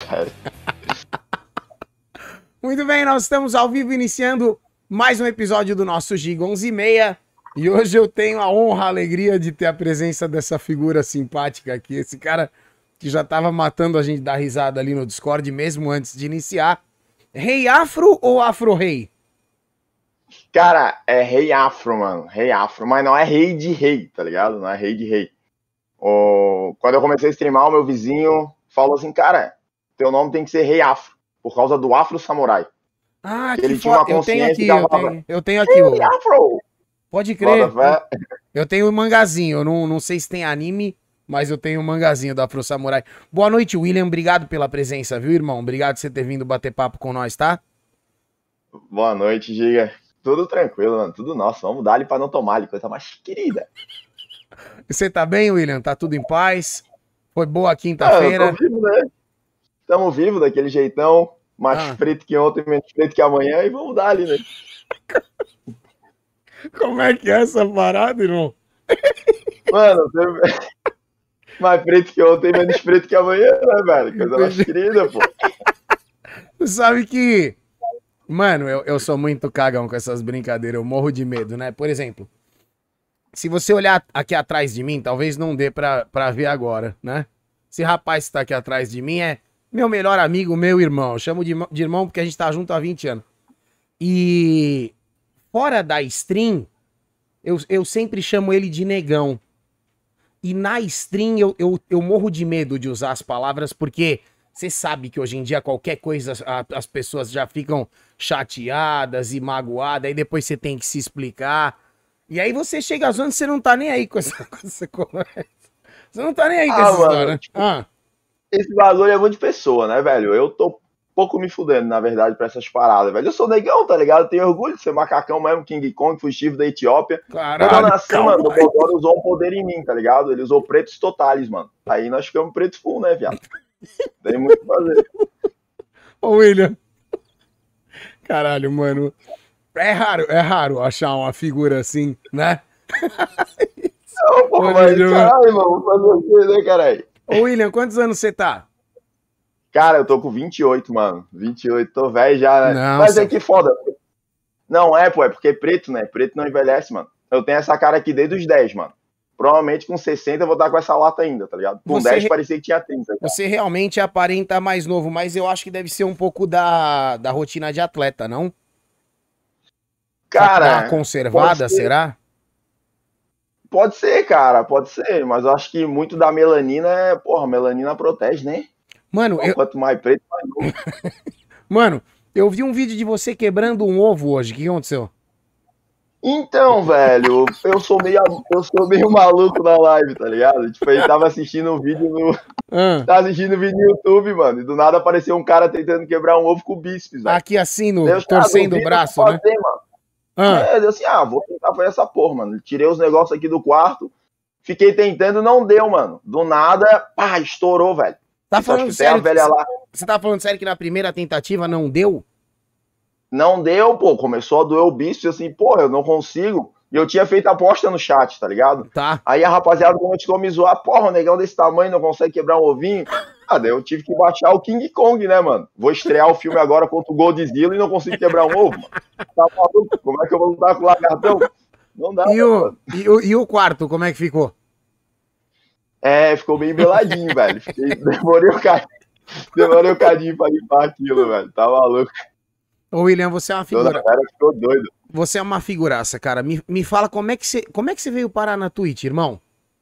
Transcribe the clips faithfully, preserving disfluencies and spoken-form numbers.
velho. Muito bem, nós estamos ao vivo iniciando mais um episódio do nosso Giga onze e meia. E hoje eu tenho a honra, a alegria de ter a presença dessa figura simpática aqui. Esse cara que já tava matando a gente dar risada ali no Discord, mesmo antes de iniciar. Rei Afro ou Afro Rei? Cara, é rei afro, mano. Rei afro. Mas não é rei de rei, tá ligado? Não é rei de rei. O... Quando eu comecei a streamar, o meu vizinho falou assim, cara, teu nome tem que ser rei afro. Por causa do afro samurai. Ah, que que ele tinha uma foda. Eu tenho consciência aqui, e eu falava, tenho, eu tenho aqui. rei Ó. afro. Pode crer. Bota fé. Eu tenho o mangazinho. Eu não, não sei se tem anime, mas eu tenho o mangazinho do Afro Samurai. Boa noite, William. Obrigado pela presença, viu, irmão? Obrigado por você ter vindo bater papo com nós, tá? Boa noite, Giga. Tudo tranquilo, mano. Tudo nosso. Vamos dar-lhe pra não tomar-lhe, coisa mais querida. Você tá bem, William? Tá tudo em paz? Foi boa a Ah, quinta-feira? eu tô vivo, né? Tamo vivo daquele jeitão. Mais Ah. preto que ontem, menos preto que amanhã. E vamos dar-lhe, né? Como é que é essa parada, irmão? Mano, você... mais preto que ontem, menos preto que amanhã, né, velho? Coisa mais querida, pô. Tu sabe que... Mano, eu, eu sou muito cagão com essas brincadeiras. Eu morro de medo, né? Por exemplo, se você olhar aqui atrás de mim, talvez não dê pra, pra ver agora, né? Esse rapaz que tá aqui atrás de mim é meu melhor amigo, meu irmão. Eu chamo de, de irmão porque a gente tá junto há vinte anos. E fora da stream, eu, eu sempre chamo ele de negão. E na stream eu, eu, eu morro de medo de usar as palavras porque você sabe que hoje em dia qualquer coisa a, as pessoas já ficam chateadas e magoadas, aí depois você tem que se explicar. E aí você chega às vezes você não tá nem aí com essa, com essa conversa. Você não tá nem aí com Ah, essa mano, história. tipo, Ah. esse bagulho é muito de pessoa, né, velho? Eu tô pouco me fudendo, na verdade, pra essas paradas, velho. Eu sou negão, tá ligado? Eu tenho orgulho de ser macacão mesmo, King Kong, fugitivo da Etiópia. Caralho, Quando eu nasci, calma mano, o aí. Bodoro usou um poder em mim, tá ligado? Ele usou pretos totais, mano. Aí nós ficamos preto full, né, viado? Tem muito o que fazer. Ô, William. Caralho, mano. É raro, é raro achar uma figura assim, né? Não, pô, Ô, mas William. caralho, mano, fazer o quê, né, caralho? Ô, William, quantos anos você tá? Cara, eu tô com vinte e oito, mano. vinte e oito, tô velho já, né? Não, Mas seu- é que foda. Não é, pô, é porque preto, né? Preto não envelhece, mano. Eu tenho essa cara aqui desde os dez, mano. Provavelmente com sessenta eu vou estar com essa lata ainda, tá ligado? Com Você dez re- parecia que tinha trinta. Cara. Você realmente aparenta mais novo, mas eu acho que deve ser um pouco da, da rotina de atleta, não? Será que dá uma Cara, conservada, pode ser, será? pode ser, cara, pode ser. Mas eu acho que muito da melanina é, porra, melanina protege, né? Mano, Pô, eu, quanto mais preto, mais novo. mano, eu vi um vídeo de você quebrando um ovo hoje. O que aconteceu? Então, velho, eu sou meio, eu sou meio maluco na live, tá ligado? Tipo, ele tava assistindo um vídeo no. Ah, Tava assistindo um vídeo no YouTube, mano. E do nada apareceu um cara tentando quebrar um ovo com bíceps, velho. aqui assim, no, Deus, torcendo o braço, né? fazer, mano. Ah, É, eu assim, ah, vou tentar fazer essa porra, mano. Tirei os negócios aqui do quarto, fiquei tentando, não deu, mano. Do nada, pá, estourou, velho. tá Só falando escutei a sério? velha lá. Você tá falando sério que na primeira tentativa não deu? Não deu, pô. Começou a doer o bíceps, assim, porra, eu não consigo. E eu tinha feito aposta no chat, tá ligado? Tá. Aí a rapaziada começou a me zoar, porra, o negão desse tamanho não consegue quebrar um ovinho. Ah, daí eu tive que baixar o King Kong, né, mano? Vou estrear o filme agora contra o Godzilla e não consigo quebrar um ovo, mano. Tá maluco? Como é que eu vou lutar com o lagartão? Não dá, E né, o, mano. e, o, e o quarto, como é que ficou? É, ficou bem beladinho, velho. Fiquei, demorei um cadinho, demorei um cadinho pra limpar aquilo, velho. Tá maluco. Ô, William, você é uma Toda a figura. galera ficou doido. Você é uma figuraça, cara. Me, me fala como é, que você, como é que você veio parar na Twitch, irmão?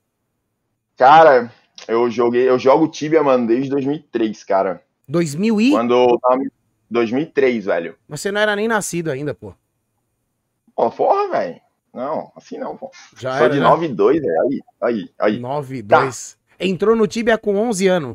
Cara, eu joguei, eu jogo Tibia, mano, desde dois mil e três, cara. dois mil e... Quando. dois mil e três, velho. Você não era nem nascido ainda, pô. Pô, porra, velho. Não, assim não, pô. Já Sou era, de né? nove e dois, velho. Aí, aí, aí. nove, Tá. dois. Entrou no Tibia com onze anos.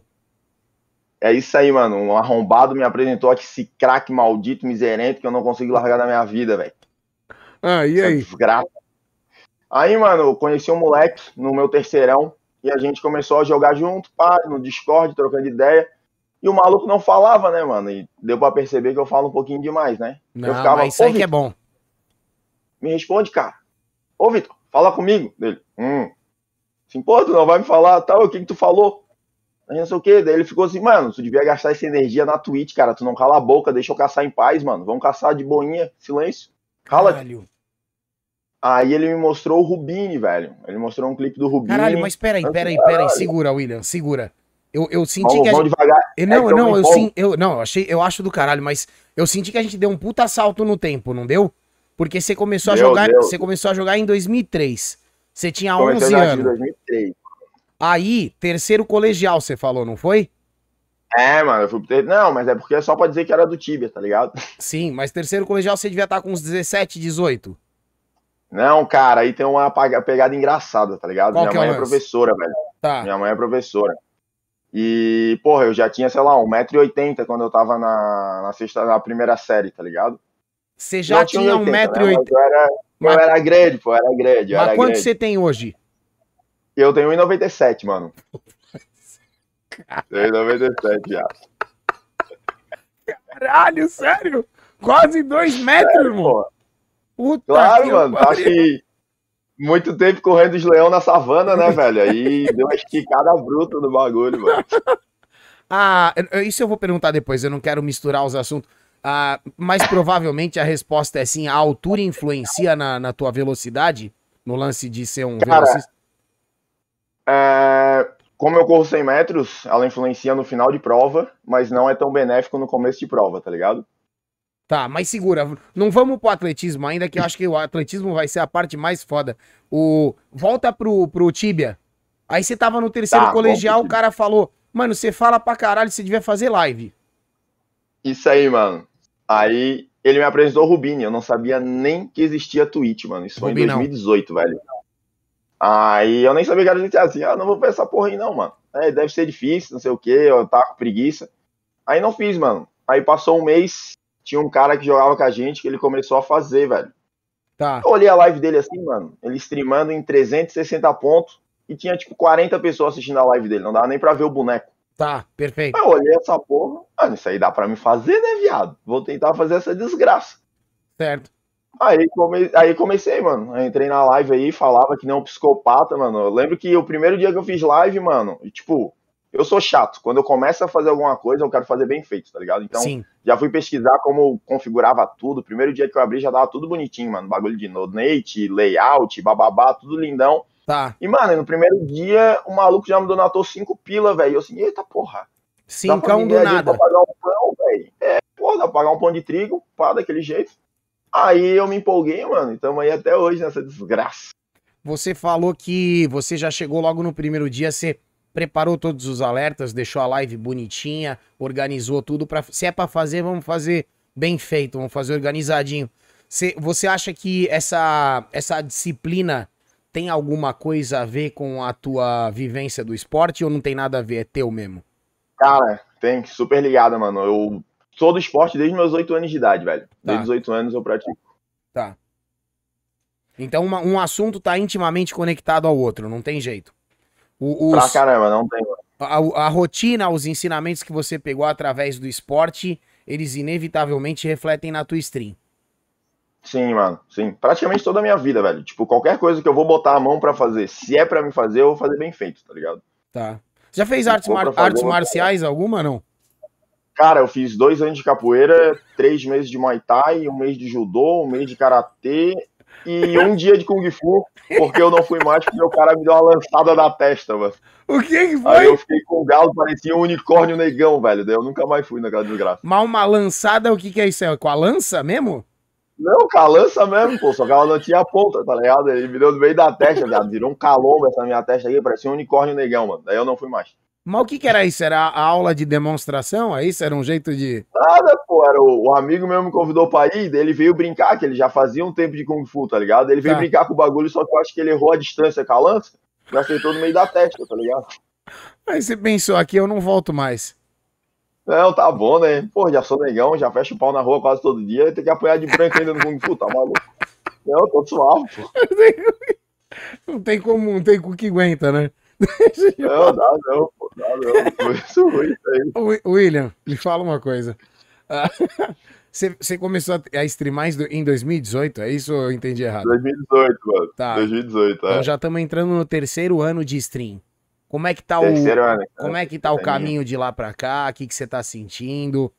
É isso aí, mano. Um arrombado me apresentou aqui esse craque maldito, miserento, que eu não consigo largar da minha vida, velho. Ah, e Essa aí? desgraça. Aí, mano, eu conheci um moleque no meu terceirão e a gente começou a jogar junto, pá, no Discord, trocando ideia. E o maluco não falava, né, mano? E deu pra perceber que eu falo um pouquinho demais, né? Não, eu ficava, mas isso aí ô, que é Vitor, bom. me responde, cara. Ô, Vitor, fala comigo. Dele, hum. Assim, pô, tu não vai me falar, tal, o que que tu falou? Aí não sei o quê. Daí ele ficou assim, mano, tu devia gastar essa energia na Twitch, cara. Tu não cala a boca, deixa eu caçar em paz, mano. Vamos caçar de boinha, silêncio. Cala. Caralho. Aí ele me mostrou o Rubini, velho. Ele mostrou um clipe do Rubini. Caralho, mas peraí, peraí, peraí. Segura, William, segura. Eu, eu senti vamos, que a vamos gente... devagar. Eu, não, é não, eu eu, sim, eu, não, eu achei, eu acho do caralho, mas eu senti que a gente deu um puta salto no tempo, não deu? Porque você começou deu, a jogar, deu. você começou a jogar em dois mil e três. Você tinha Comecei onze a jogar em anos. dois mil e três. Aí, terceiro colegial, você falou, não foi? É, mano, eu fui pro ter... Não, mas é porque é só pra dizer que era do Tibia, tá ligado? Sim, mas terceiro colegial você devia estar com uns dezessete, dezoito. Não, cara, aí tem uma pegada engraçada, tá ligado? Qual Minha que é mãe o é lance? professora, velho. Tá. Minha mãe é professora. E, porra, eu já tinha, sei lá, um metro e oitenta quando eu tava na, na, sexta, na primeira série, tá ligado? Você já Não tinha um metro e né? oitenta. Mas eu era, Mas- eu era grande, pô, eu era grande. Eu Mas era quanto grande. você tem hoje? Eu tenho um e noventa e sete, mano. Tenho um e noventa e sete já. Caralho, sério? Quase dois metros, Sério, irmão. pô. Puta Claro, que mano. pariu. Acho que muito tempo correndo os leão na savana, né, velho? Aí deu uma esticada bruta no bagulho, mano. Ah, eu- isso eu vou perguntar depois, eu não quero misturar os assuntos. Ah, mas provavelmente a resposta é sim, a altura influencia na, na tua velocidade? No lance de ser um Cara, velocista? É, como eu corro cem metros, ela influencia no final de prova, mas não é tão benéfico no começo de prova, tá ligado? Tá, mas segura, não vamos pro atletismo ainda, que eu acho que o atletismo vai ser a parte mais foda. O... Volta pro, pro Tíbia. Aí você tava no terceiro Tá, colegial, vamos o pro cara falou, mano, você fala pra caralho, você devia fazer live. Isso aí, mano. Aí ele me apresentou o Rubini, eu não sabia nem que existia Twitch, mano. Isso foi em Rubinão. dois mil e dezoito, velho. Aí eu nem sabia que era gente assim, ah, não vou ver essa porra aí não, mano. É, deve ser difícil, não sei o que, eu tava com preguiça. Aí não fiz, mano. Aí passou um mês, tinha um cara que jogava com a gente que ele começou a fazer, velho. Tá, Eu olhei a live dele assim, mano, ele streamando em trezentos e sessenta pontos e tinha tipo quarenta pessoas assistindo a live dele, não dava nem pra ver o boneco. tá, perfeito. Aí eu olhei essa porra, mano, isso aí dá pra me fazer, né, viado? Vou tentar fazer essa desgraça. Certo. Aí, come... aí comecei, mano. Eu entrei na live aí, falava que nem um psicopata, mano. Eu lembro que o primeiro dia que eu fiz live, mano, e, tipo, eu sou chato. Quando eu começo a fazer alguma coisa, eu quero fazer bem feito, tá ligado? Então, Sim. já fui pesquisar como configurava tudo. O primeiro dia que eu abri já tava tudo bonitinho, mano. Bagulho de donate, layout, bababá, tudo lindão. Tá. E, mano, no primeiro dia, o maluco já me donatou cinco pila, velho. Eu assim, eita porra. Dá pra Cincão me do ganhar dinheiro nada. pra pagar um pão, velho. É, pô, dá pra pagar um pão de trigo, pá, daquele jeito. Aí eu me empolguei, mano. Então aí até hoje nessa desgraça. Você falou que você já chegou logo no primeiro dia, você preparou todos os alertas, deixou a live bonitinha, organizou tudo para, se é para fazer, vamos fazer bem feito, vamos fazer organizadinho. Você, você acha que essa essa disciplina tem alguma coisa a ver com a tua vivência do esporte ou não tem nada a ver, é teu mesmo? Cara, tem super ligada, mano. Eu sou do esporte desde meus oito anos de idade, velho. Desde Tá. os oito anos eu pratico. Tá. Então uma- um assunto tá intimamente conectado ao outro, não tem jeito. O, Pra os, caramba, não tem. a, a rotina, os ensinamentos que você pegou através do esporte, eles inevitavelmente refletem na tua stream. Sim, mano, sim. Praticamente toda a minha vida, velho. Tipo, qualquer coisa que eu vou botar a mão pra fazer, se é pra me fazer, eu vou fazer bem feito, tá ligado? Tá. Já fez Se artes, for pra mar- fazer, artes eu vou marciais alguma, não? Cara, eu fiz dois anos de capoeira, três meses de Muay Thai, um mês de judô, um mês de karatê e um dia de Kung Fu, porque eu não fui mais porque o cara me deu uma lançada na testa, mano. O que que Aí eu foi? fiquei com o galo, parecia um unicórnio negão, velho. Daí eu nunca mais fui naquela desgraça. Mas uma lançada, o que que é isso? É com a lança mesmo? Não, com a lança mesmo, pô. Só que ela não tinha a ponta, tá ligado? Ele me deu no meio da testa, viado. Virou um calombo essa minha testa aqui, parecia um unicórnio negão, mano. Daí eu não fui mais. Mas o que que era isso? Era a aula de demonstração? É isso? Era um jeito de... Nada, pô. Era o, o amigo meu me convidou pra ir, daí ele veio brincar, que ele já fazia um tempo de Kung Fu, tá ligado? Ele veio Tá. brincar com o bagulho, só que eu acho que ele errou a distância com a lança e acertou no meio da testa, tá ligado? Aí você pensou, aqui eu não volto mais. Não, tá bom, né? Pô, já sou negão, já fecho o pau na rua quase todo dia, tem que apanhar de branco ainda no Kung Fu, tá maluco? Não, tô suave, pô. Não tem como, não tem com que aguenta, né? Não, dá não, pô, dá não. Foi isso ruim, isso aí. Wi- William, me fala uma coisa. Ah, Você você começou a a streamar em do- em dois mil e dezoito, é isso ou eu entendi errado? dois mil e dezoito, mano. Tá. dois mil e dezoito, é. Então já estamos entrando no terceiro ano de stream. Como é que tá o, Terceiro ano. como é que tá o caminho de lá pra cá? O que que você tá sentindo?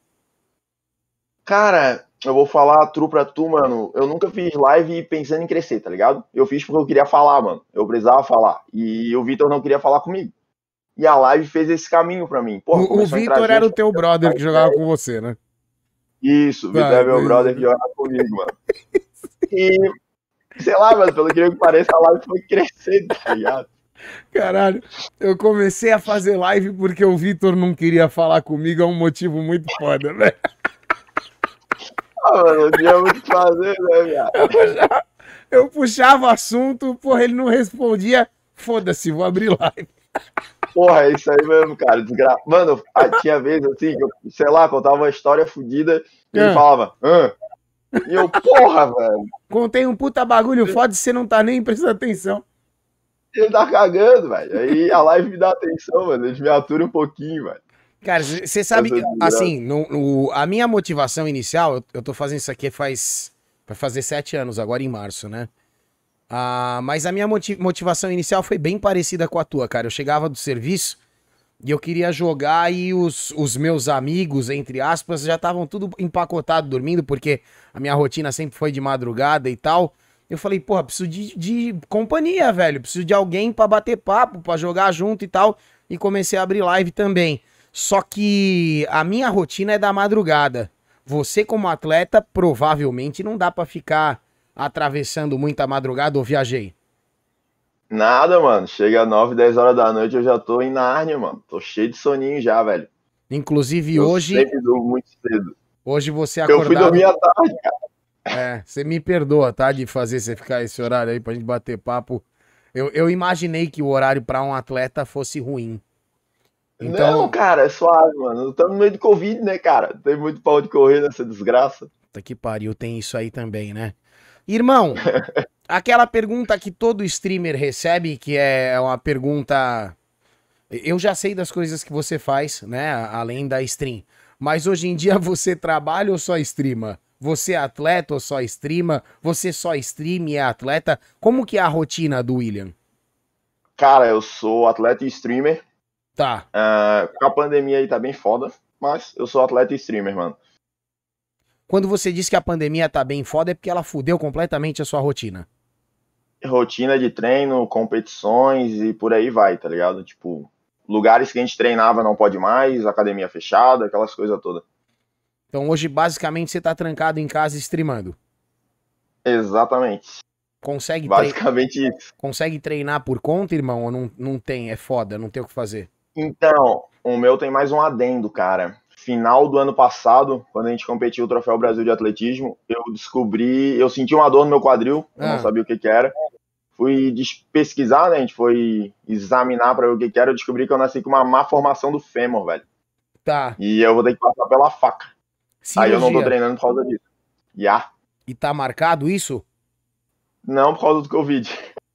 Cara, eu vou falar true pra tu, mano. Eu nunca fiz live pensando em crescer, tá ligado? Eu fiz porque eu queria falar, mano. Eu precisava falar. E o Vitor não queria falar comigo. E a live fez esse caminho pra mim. Porra, O, o começou a entrar Vitor era gente. o teu brother que jogava com você, né? Isso, o Vitor Tá, é meu brother entendi. que joga comigo, mano. E, sei lá, mano, pelo que pareça, a live foi crescendo, tá ligado? Caralho, eu comecei a fazer live porque o Vitor não queria falar comigo, é um motivo muito foda, velho. Ah, mano, não tinha muito o que fazer, né, viado? Eu puxava assunto, porra, ele não respondia. Foda-se, vou abrir live. Porra, é isso aí mesmo, cara. Desgra... Mano, ah, tinha vezes assim, que eu, sei lá, contava uma história fodida e ele Ah. falava, hã? E eu, porra, velho. Contei um puta bagulho foda e você não tá nem prestando atenção. Ele tá cagando, velho. Aí a live me dá atenção, mano. Eles me aturam um pouquinho, velho. Cara, você sabe, Essa desgraça. assim, no, no- a minha motivação inicial, eu, eu tô fazendo isso aqui faz. Vai fazer sete anos, agora em março, né? Ah, mas a minha moti- motivação inicial foi bem parecida com a tua, cara. Eu chegava do serviço e eu queria jogar e os, os meus amigos, entre aspas, já estavam tudo empacotado dormindo, porque a minha rotina sempre foi de madrugada e tal. Eu falei, porra, preciso de, de companhia, velho. Preciso de alguém pra bater papo, pra jogar junto e tal. E comecei a abrir live também. Só que a minha rotina é da madrugada. Você, como atleta, provavelmente não dá pra ficar atravessando muita madrugada ou viajei. Nada, mano. Chega nove, dez horas da noite, eu já tô em Nárnia, mano. Tô cheio de soninho já, velho. Inclusive Eu hoje, sempre durmo muito cedo. hoje você Eu fui acordado. dormir à tarde, cara. É, você me perdoa, tá? De fazer você ficar esse horário aí pra gente bater papo. Eu, eu imaginei que o horário pra um atleta fosse ruim. Então, Não, cara, é suave, mano. Estamos no meio do Covid, né, cara? Tem muito pau de correr nessa desgraça. puta que pariu, tem isso aí também, né? Irmão, aquela pergunta que todo streamer recebe, que é uma pergunta. Eu já sei das coisas que você faz, né? Além da stream. Mas hoje em dia você trabalha ou só streama? Você é atleta ou só streama? Você só streama e é atleta? Como que é a rotina do William? Cara, eu sou atleta e streamer. Tá. Uh, com a pandemia aí tá bem foda, mas eu sou atleta e streamer, mano. Quando você diz que a pandemia tá bem foda, é porque ela fudeu completamente a sua rotina. Rotina de treino, competições e por aí vai, tá ligado? Tipo, lugares que a gente treinava não pode mais, academia fechada, aquelas coisas todas. Então hoje, basicamente, você tá trancado em casa streamando. Exatamente. Consegue, Basicamente tre... isso. Consegue treinar por conta, irmão? Ou não, não tem? É foda, não tem o que fazer. Então, o meu tem mais um adendo, cara. Final do ano passado, quando a gente competiu o Troféu Brasil de Atletismo, eu descobri, eu senti uma dor no meu quadril, eu Ah. não sabia o que que era. Fui pesquisar, né, a gente foi examinar pra ver o que que era, eu descobri que eu nasci com uma má formação do fêmur, velho. Tá. E eu vou ter que passar pela faca. Cirurgia. Aí eu não tô treinando por causa disso. Já. Yeah. E tá marcado isso? Não por causa do Covid.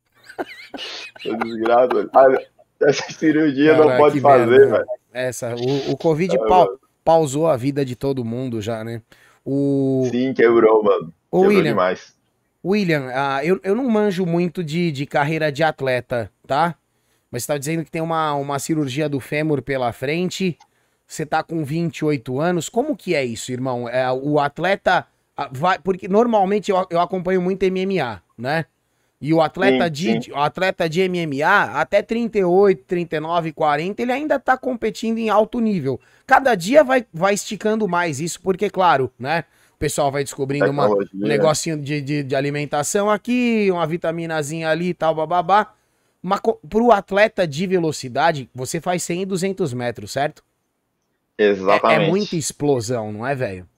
Desgraça, velho. Essa cirurgia Caraca, não pode que fazer, merda. velho. Essa, o, o Covid Ah, pau- mano. pausou a vida de todo mundo já, né? O, Sim, quebrou, mano. o Quebrou William, demais. William, ah, eu, eu não manjo muito de, de carreira de atleta, tá? Mas você tá dizendo que tem uma, uma cirurgia do fêmur pela frente, você tá com vinte e oito anos, como que é isso, irmão? É, o atleta ah, vai, porque normalmente eu, eu acompanho muito M M A, né? E o atleta, Sim, de, sim. o atleta de M M A, até trinta e oito, trinta e nove, quarenta, ele ainda tá competindo em alto nível. Cada dia vai, vai esticando mais isso, porque, claro, né? O pessoal vai descobrindo uma, um Tecnologia. negocinho de, de, de alimentação aqui, uma vitaminazinha ali e tal, bababá. Mas co- pro atleta de velocidade, você faz cem e duzentos metros, certo? É, é Exatamente. muita explosão, não é, velho?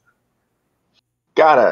Cara,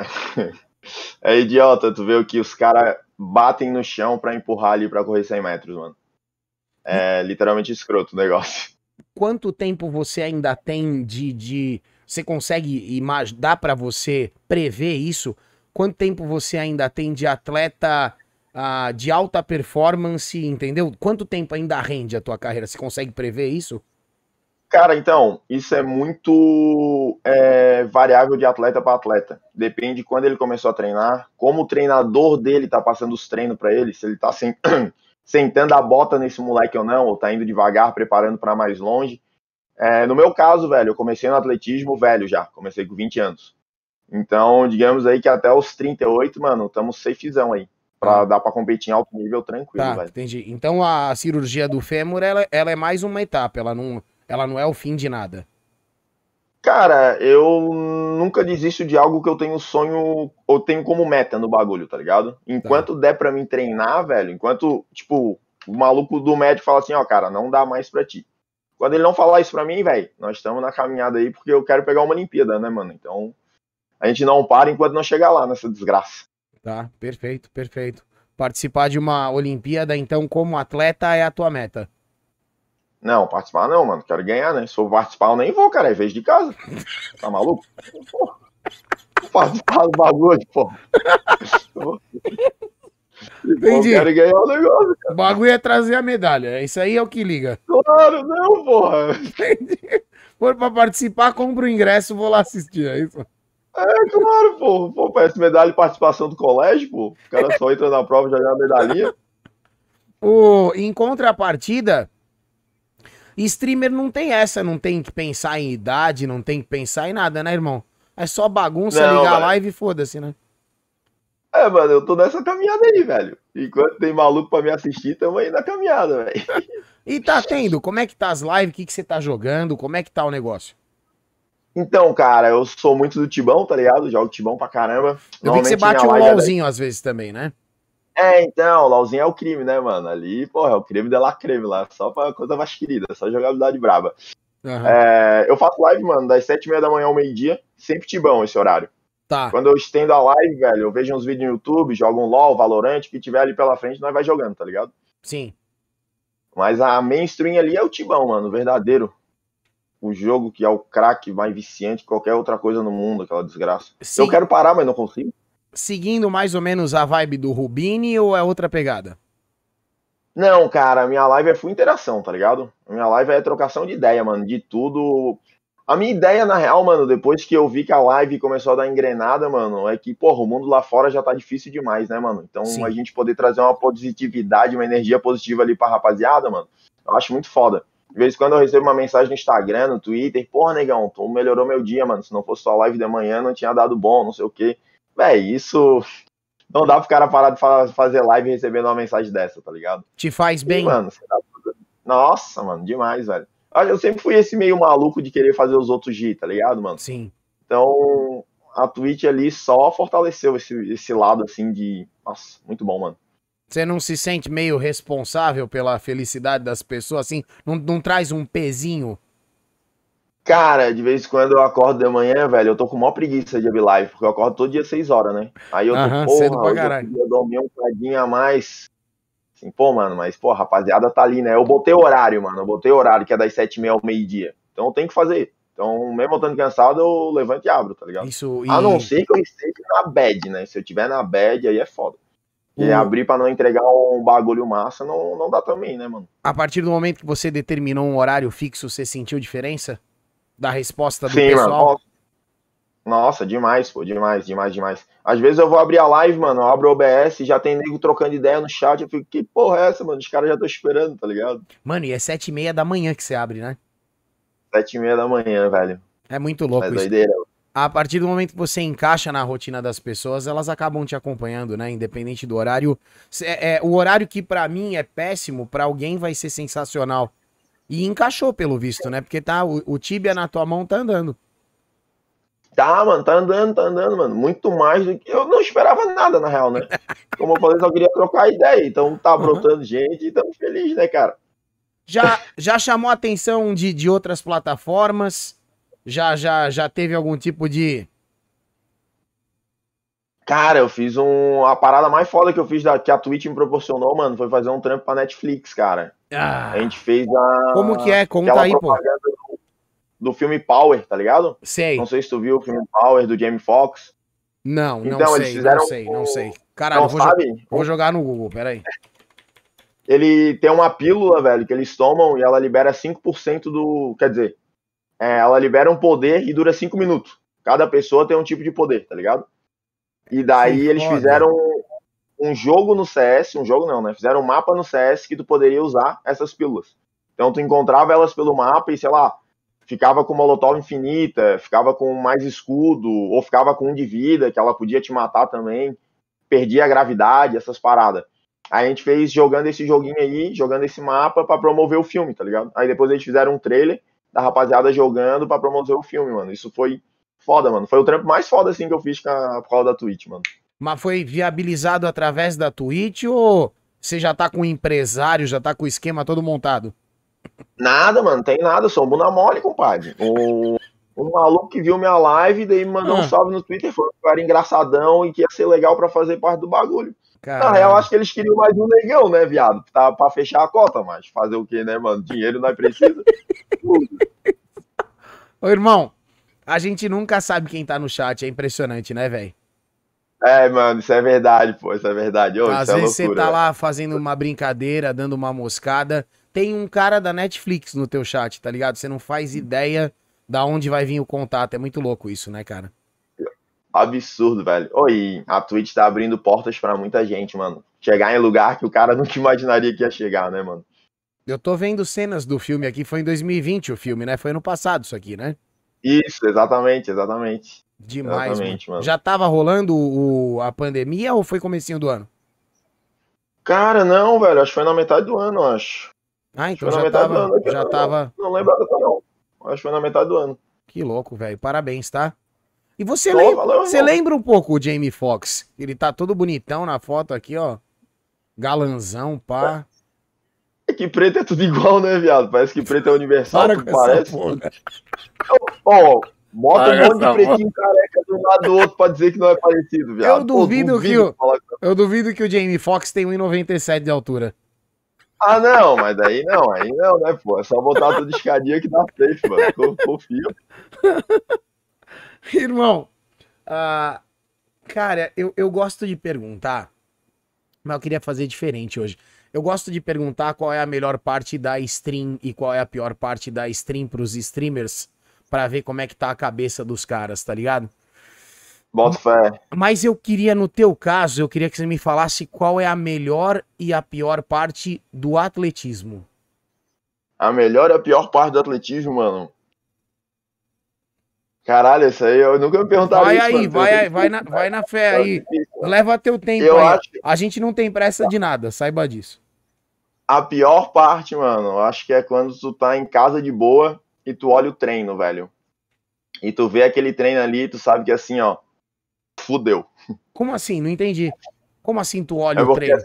é idiota tu ver o que os caras batem no chão pra empurrar ali pra correr cem metros, mano. É literalmente escroto o negócio. Quanto tempo você ainda tem de... de... Você consegue imaginar, dá pra você prever isso? Quanto tempo você ainda tem de atleta ah, de alta performance, entendeu? Quanto tempo ainda rende a tua carreira? Você consegue prever isso? Cara, então, isso é muito é, variável de atleta para atleta. Depende de quando ele começou a treinar, como o treinador dele tá passando os treinos para ele, se ele tá sem, sentando a bota nesse moleque ou não, ou tá indo devagar, preparando para mais longe. É, no meu caso, velho, eu comecei no atletismo velho já, comecei com vinte anos. Então, digamos aí que até os trinta e oito, mano, estamos safezão aí. Pra Ah. dar pra competir em alto nível tranquilo, Tá, velho. entendi. Então a cirurgia do fêmur, ela, ela é mais uma etapa, ela não, ela não é o fim de nada. Cara, eu nunca desisto de algo que eu tenho sonho, ou tenho como meta no bagulho, tá ligado? Enquanto Tá. der pra mim treinar, velho, enquanto, tipo, o maluco do médico fala assim, ó, cara, não dá mais pra ti. Quando ele não falar isso pra mim, velho, nós estamos na caminhada aí porque eu quero pegar uma Olimpíada, né, mano? Então, a gente não para enquanto não chegar lá nessa desgraça. Tá, perfeito, perfeito. Participar de uma Olimpíada, então, como atleta, é a tua meta. Não, participar não, mano. Quero ganhar, né? Se for participar, eu nem vou, cara. É vez de casa. Tá maluco? Porra. Vou participar do bagulho, porra. Entendi. Eu quero ganhar o negócio, cara. O bagulho é trazer a medalha. Isso aí é o que liga. Claro, não, porra. Entendi. For pra participar, compra o ingresso, vou lá assistir, é isso? É, claro, pô. Pô, parece medalha de participação do colégio, pô. O cara só entra na prova e já ganha a medalhinha. O, em contrapartida, streamer não tem essa, não tem que pensar em idade, não tem que pensar em nada, né, irmão? É só bagunça, Não, ligar a velho. live e foda-se, né? É, mano, eu tô nessa caminhada aí, velho. Enquanto tem maluco pra me assistir, tamo aí na caminhada, velho. E tá tendo? Como é que tá as lives? O que, que você tá jogando? Como é que tá o negócio? Então, cara, eu sou muito do Tibão, tá ligado? Jogo Tibão pra caramba. Eu vi que você Normalmente bate minha um live é LOLzinho às vezes também, né? É, então, o LOLzinho é o crime, né, mano? Ali, porra, é o crime de la creme lá, só pra coisa mais querida, só jogabilidade braba. Uhum. É, eu faço live, mano, das sete e meia da manhã ao meio-dia, sempre Tibão esse horário. Tá. Quando eu estendo a live, velho, eu vejo uns vídeos no YouTube, jogo um LOL, Valorant, o que tiver ali pela frente, nós vai jogando, tá ligado? Sim. Mas a mainstream ali é o Tibão, mano, o verdadeiro. O jogo que é o craque mais viciante que qualquer outra coisa no mundo, aquela desgraça. Sim. Eu quero parar, mas não consigo. Seguindo mais ou menos a vibe do Rubini ou é outra pegada? Não, cara, a minha live é full interação, tá ligado? A minha live é trocação de ideia, mano, de tudo. A minha ideia, na real, mano, depois que eu vi que a live começou a dar engrenada, mano, é que, porra, o mundo lá fora já tá difícil demais, né, mano? Então, Sim. a gente poder trazer uma positividade, uma energia positiva ali pra rapaziada, mano, eu acho muito foda. De vez em quando eu recebo uma mensagem no Instagram, no Twitter, porra, negão, tu melhorou meu dia, mano, se não fosse sua live de manhã, não tinha dado bom, não sei o quê. Véi, isso... Não dá pro cara parar de fazer live recebendo uma mensagem dessa, tá ligado? Te faz bem? E, mano, você tá... Nossa, mano, demais, velho. Eu sempre fui esse meio maluco de querer fazer os outros gir, tá ligado, mano? Sim. Então, a Twitch ali só fortaleceu esse, esse lado, assim, de... Nossa, muito bom, mano. Você não se sente meio responsável pela felicidade das pessoas, assim? Não, não traz um pezinho? Cara, de vez em quando eu acordo de manhã, velho, eu tô com maior preguiça de abrir live, porque eu acordo todo dia seis horas, né? Aí eu tô, Aham, porra, cedo pra hoje caralho. eu queria dormir um cadinho a mais. Assim, pô, mano, mas, pô, a rapaziada tá ali, né? Eu botei horário, mano, eu botei horário, que é das sete e meia ao meio-dia. Então eu tenho que fazer. Então, mesmo eu estando cansado, eu levanto e abro, tá ligado? Isso, e... A não ser que eu esteja na bad, né? Se eu tiver na bad, aí é foda. E O- abrir pra não entregar um bagulho massa não, não dá também, né, mano? A partir do momento que você determinou um horário fixo, você sentiu diferença da resposta do Sim, mano. pessoal? Nossa. Nossa, demais, pô, demais, demais, demais. Às vezes eu vou abrir a live, mano, eu abro o O B S, já tem nego trocando ideia no chat, eu fico, que porra é essa, mano? Os caras já estão esperando, tá ligado? Mano, e é sete e meia da manhã que você abre, né? Sete e meia da manhã, velho. É muito louco É isso. doideira. A partir do momento que você encaixa na rotina das pessoas, elas acabam te acompanhando, né? Independente do horário. É, é, o horário que pra mim é péssimo, pra alguém vai ser sensacional. E encaixou, pelo visto, né? Porque tá, o, o Tibia na tua mão tá andando. Tá, mano, tá andando, tá andando, mano. Muito mais do que. Eu não esperava nada, na real, né? Como eu falei, só queria trocar ideia. Então tá brotando gente e estamos felizes, né, cara? Já, já chamou a atenção de, de outras plataformas? Já, já, já teve algum tipo de... Cara, eu fiz um. A parada mais foda que eu fiz, da, que a Twitch me proporcionou, mano, foi fazer um trampo pra Netflix, cara. Ah, A gente fez a. como que é? Conta aquela aí, pô. propaganda do, do filme Power, tá ligado? Sei. Não sei se tu viu o filme Power do Jamie Foxx. Não, não Então, eles sei, fizeram não sei, não um- sei. Caralho, Não eu vou, jo- sabe? vou jogar no Google, peraí. Ele tem uma pílula, velho, que eles tomam e ela libera cinco por cento do. Quer dizer, é, ela libera um poder e dura cinco minutos. Cada pessoa tem um tipo de poder, tá ligado? E daí Que eles foda. fizeram. um jogo no C S, um jogo não, né? Fizeram um mapa no C S que tu poderia usar essas pílulas. Então tu encontrava elas pelo mapa e, sei lá, ficava com molotov infinita, ficava com mais escudo, ou ficava com um de vida, que ela podia te matar também, perdia a gravidade, essas paradas. Aí a gente fez jogando esse joguinho aí, jogando esse mapa pra promover o filme, tá ligado? Aí depois eles fizeram um trailer da rapaziada jogando pra promover o filme, mano. Isso foi foda, mano. Foi o trampo mais foda, assim, que eu fiz com a, por causa da Twitch, mano. Mas foi viabilizado através da Twitch ou você já tá com o empresário, já tá com o esquema todo montado? Nada, mano, tem nada, eu sou um bunda mole, compadre. O, um maluco que viu minha live, daí me mandou ah. um salve no Twitter, falou que eu era engraçadão e que ia ser legal pra fazer parte do bagulho. Caramba. Na real, acho que eles queriam mais um negão, né, viado? Tá pra fechar a cota, mas fazer o quê, né, mano? Dinheiro não é preciso. Ô, irmão, a gente nunca sabe quem tá no chat, é impressionante, né, velho? É, mano, isso é verdade, pô, isso é verdade. Ô, Às isso vezes é loucura, você tá véio. lá fazendo uma brincadeira, dando uma moscada, tem um cara da Netflix no teu chat, tá ligado? Você não faz ideia da onde vai vir o contato, é muito louco isso, né, cara? Absurdo, velho. Oi, a Twitch tá abrindo portas pra muita gente, mano. Chegar em lugar que o cara nunca imaginaria que ia chegar, né, mano? Eu tô vendo cenas do filme aqui, foi em dois mil e vinte o filme, né? Foi ano passado isso aqui, né? Isso, exatamente, exatamente. Demais, exatamente, mano. mano. Já tava rolando o, a pandemia ou foi comecinho do ano? Cara, não, velho, acho que foi na metade do ano, acho. Ah, então já tava, ano, já não, tava... Não, não lembro data não, acho que foi na metade do ano. Que louco, velho, parabéns, tá? E você, oh, lembra, valeu, você lembra um pouco o Jamie Foxx? Ele tá todo bonitão na foto aqui, ó. Galanzão, pá. É que preto é tudo igual, né, viado? Parece que preto é universal, Para com parece. Ó, oh, bota Para um monte de pretinho porra. careca de um lado do outro pra dizer que não é parecido, viado. Eu duvido, Pô, duvido que o, eu duvido que o Jamie Foxx tem um e noventa e sete de altura. Ah, não, mas daí não, aí não, né, pô? É só botar tudo de escadinha que dá safe, mano. Confio. Irmão, uh, cara, eu, eu gosto de perguntar, mas eu queria fazer diferente hoje. Eu gosto de perguntar qual é a melhor parte da stream e qual é a pior parte da stream pros streamers, pra ver como é que tá a cabeça dos caras, tá ligado? Bota fé. Mas eu queria, no teu caso, eu queria que você me falasse qual é a melhor e a pior parte do atletismo. A melhor e a pior parte do atletismo, mano? Caralho, isso aí eu nunca me perguntaria. Vai isso, aí, mano. vai aí, vai na, vai na fé aí. Leva teu tempo eu aí. Acho... A gente não tem pressa de nada, saiba disso. A pior parte, mano, eu acho que é quando tu tá em casa de boa e tu olha o treino, velho. E tu vê aquele treino ali e tu sabe que assim, ó, fudeu. Como assim? Não entendi. Como assim tu olha é o porque, treino?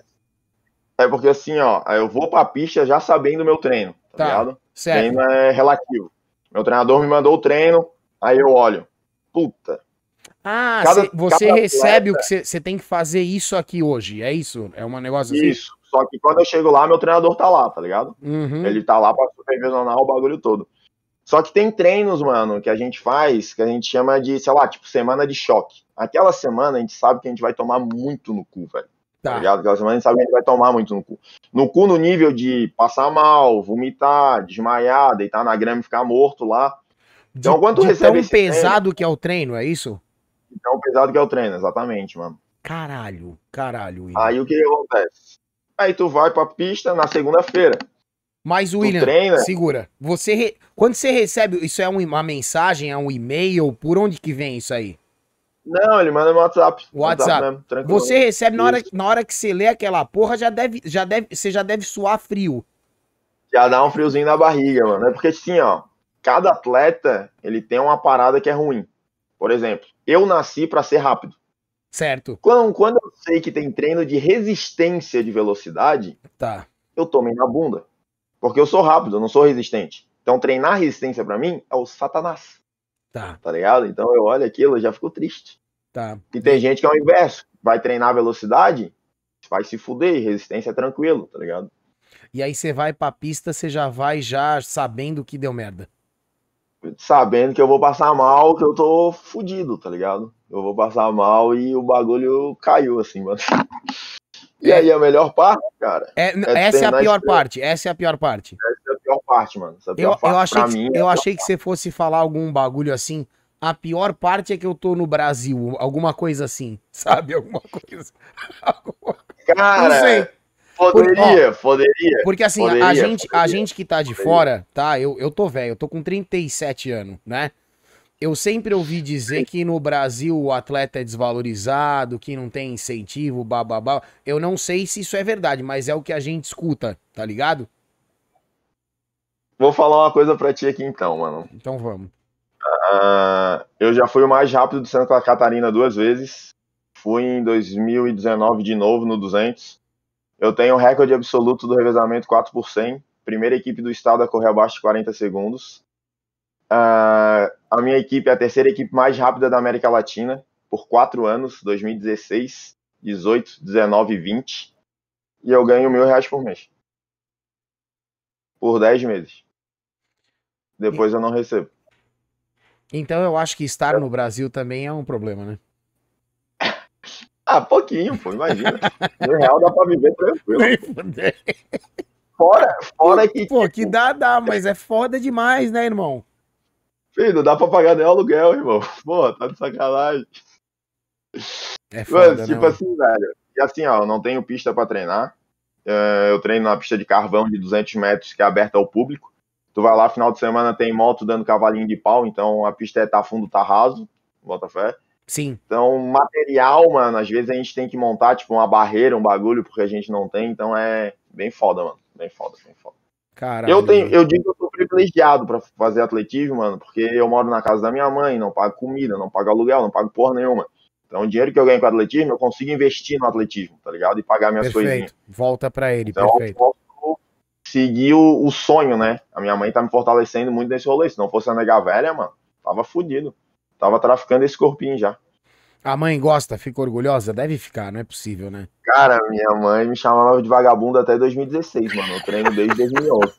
É porque assim, ó, eu vou pra pista já sabendo o meu treino, tá, tá ligado? Certo. Treino é relativo. Meu treinador me mandou o treino, aí eu olho. Puta. Ah, cada, cê, você cada recebe atleta... o que você tem que fazer isso aqui hoje, é isso? É um negócio assim? Isso, só que quando eu chego lá, meu treinador tá lá, tá ligado? Uhum. Ele tá lá pra supervisionar o bagulho todo. Só que tem treinos, mano, que a gente faz, que a gente chama de, sei lá, tipo, semana de choque. Aquela semana a gente sabe que a gente vai tomar muito no cu, velho. Tá. Tá ligado? Aquela semana a gente sabe que a gente vai tomar muito no cu. No cu no nível de passar mal, vomitar, desmaiar, deitar na grama e ficar morto lá. Então, de, quando tu de recebe tão esse pesado treino, que é o treino, é isso? De tão pesado que é o treino, exatamente, mano. Caralho, caralho, William. Aí o que acontece? Aí tu vai pra pista na segunda-feira. Mas, William, treina... segura. Você re... Quando você recebe, isso é uma mensagem, é um e-mail? Por onde que vem isso aí? Não, ele manda no WhatsApp. WhatsApp. WhatsApp mesmo, você recebe na hora, na hora que você lê aquela porra, já deve, já deve, você já deve suar frio. Já dá um friozinho na barriga, mano. É porque assim, ó, cada atleta, ele tem uma parada que é ruim. Por exemplo, eu nasci pra ser rápido. Certo. Quando, quando eu sei que tem treino de resistência de velocidade, tá. eu tomei na bunda. Porque eu sou rápido, eu não sou resistente. Então treinar resistência pra mim é o satanás. Tá. Tá ligado? Então eu olho aquilo e já fico triste. Tá. E tem gente que é o inverso. Vai treinar velocidade, vai se fuder, resistência é tranquilo, tá ligado? E aí você vai pra pista, você já vai já sabendo que deu merda. Sabendo que eu vou passar mal, que eu tô fudido, tá ligado? Eu vou passar mal e o bagulho caiu, assim, mano. E é. aí a melhor parte, cara... É, é essa é a pior parte, essa é a pior parte. Essa é a pior parte, mano. Essa é a pior eu, parte eu achei, pra que, mim, eu é achei que você fosse falar algum bagulho assim... a pior parte é que eu tô no Brasil, alguma coisa assim, sabe? Alguma coisa. Alguma... Não sei. Cara, poderia, Por, ó, poderia, porque assim, a, a poderia, gente, a poderia, gente que tá de poderia. fora, tá? Eu, eu tô velho, eu tô com trinta e sete anos, né? Eu sempre ouvi dizer que no Brasil o atleta é desvalorizado, que não tem incentivo, bababá. Eu não sei se isso é verdade, mas é o que a gente escuta, tá ligado? Vou falar uma coisa pra ti aqui então, mano. Então vamos. Ah, eu já fui o mais rápido de Santa Catarina duas vezes. Fui em dois mil e dezenove de novo no duzentos. Eu tenho o recorde absoluto do revezamento quatro por cem. Primeira equipe do estado a correr abaixo de quarenta segundos. Ah, a minha equipe é a terceira equipe mais rápida da América Latina por quatro anos, dois mil e dezesseis, dezoito, dezenove e vinte. E eu ganho mil reais por mês. Por dez meses. E- Depois eu não recebo. Então eu acho que estar no Brasil também é um problema, né? Ah, pouquinho, pô, imagina. Mil real dá pra viver tranquilo. Nem fudei. Fora, fora que, Pô, que tipo, dá, dá, mas é foda demais, né, irmão? filho, não dá pra pagar nem o aluguel, irmão. Pô, tá de sacanagem. É Mas, foda, né, tipo mano? assim, velho. E assim, ó, eu não tenho pista pra treinar. É, eu treino na pista de carvão de duzentos metros, que é aberta ao público. Tu vai lá, final de semana tem moto dando cavalinho de pau, então a pista é tá fundo, tá raso. Bota fé. Sim. Então, material, mano, às vezes a gente tem que montar, tipo, uma barreira, um bagulho, porque a gente não tem. Então é bem foda, mano. Bem foda, bem foda. Eu Caralho, tenho, velho. eu digo que eu sou privilegiado pra fazer atletismo, mano, porque eu moro na casa da minha mãe, não pago comida, não pago aluguel, não pago porra nenhuma. Então, o dinheiro que eu ganho com atletismo, eu consigo investir no atletismo, tá ligado? E pagar minhas coisinhas. Perfeito. Volta pra ele, Então, eu perfeito. posso seguir o, o sonho, né? A minha mãe tá me fortalecendo muito nesse rolê. Se não fosse a nega velha, mano, tava fudido. Tava traficando esse corpinho já. A mãe gosta, fica orgulhosa? Deve ficar, não é possível, né? Cara, minha mãe me chamava de vagabundo até dois mil e dezesseis, mano. Eu treino desde dois mil e onze.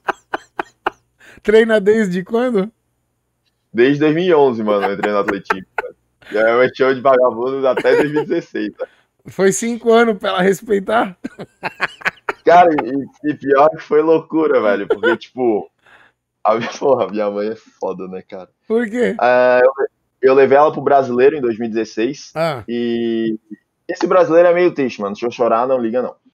Treina desde quando? Desde dois mil e onze, mano, eu entrei no atletismo. E aí eu show de vagabundo até dois mil e dezesseis, tá? Foi cinco anos pra ela respeitar? Cara, e, e pior que foi loucura, velho. Porque, tipo, a minha, porra, minha mãe é foda, né, cara? Por quê? Ah, eu, eu levei ela pro brasileiro em dois mil e dezesseis. Ah, E esse brasileiro é meio triste, mano. Se eu chorar, não liga, não.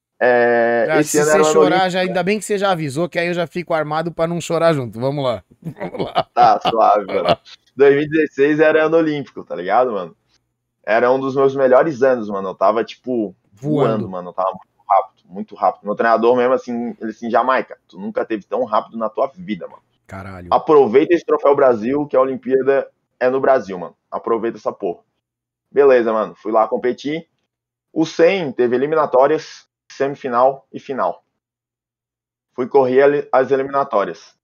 É, ah, esse se ano você era o ano chorar, olímpico. já, ainda bem que você já avisou, que aí eu já fico armado pra não chorar junto. Vamos lá. Vamos lá. Tá, suave, Vamos mano. lá. dois mil e dezesseis era ano olímpico, tá ligado, mano? Era um dos meus melhores anos, mano. Eu tava, tipo, voando, Voando. mano. Eu tava muito rápido, muito rápido. Meu treinador mesmo, assim, ele assim, Jamaica, tu nunca teve tão rápido na tua vida, mano. Caralho. Aproveita esse troféu Brasil, que a Olimpíada é no Brasil, mano. Aproveita essa porra. Beleza, mano. Fui lá competir. O cem teve eliminatórias, semifinal e final. Fui correr as eliminatórias.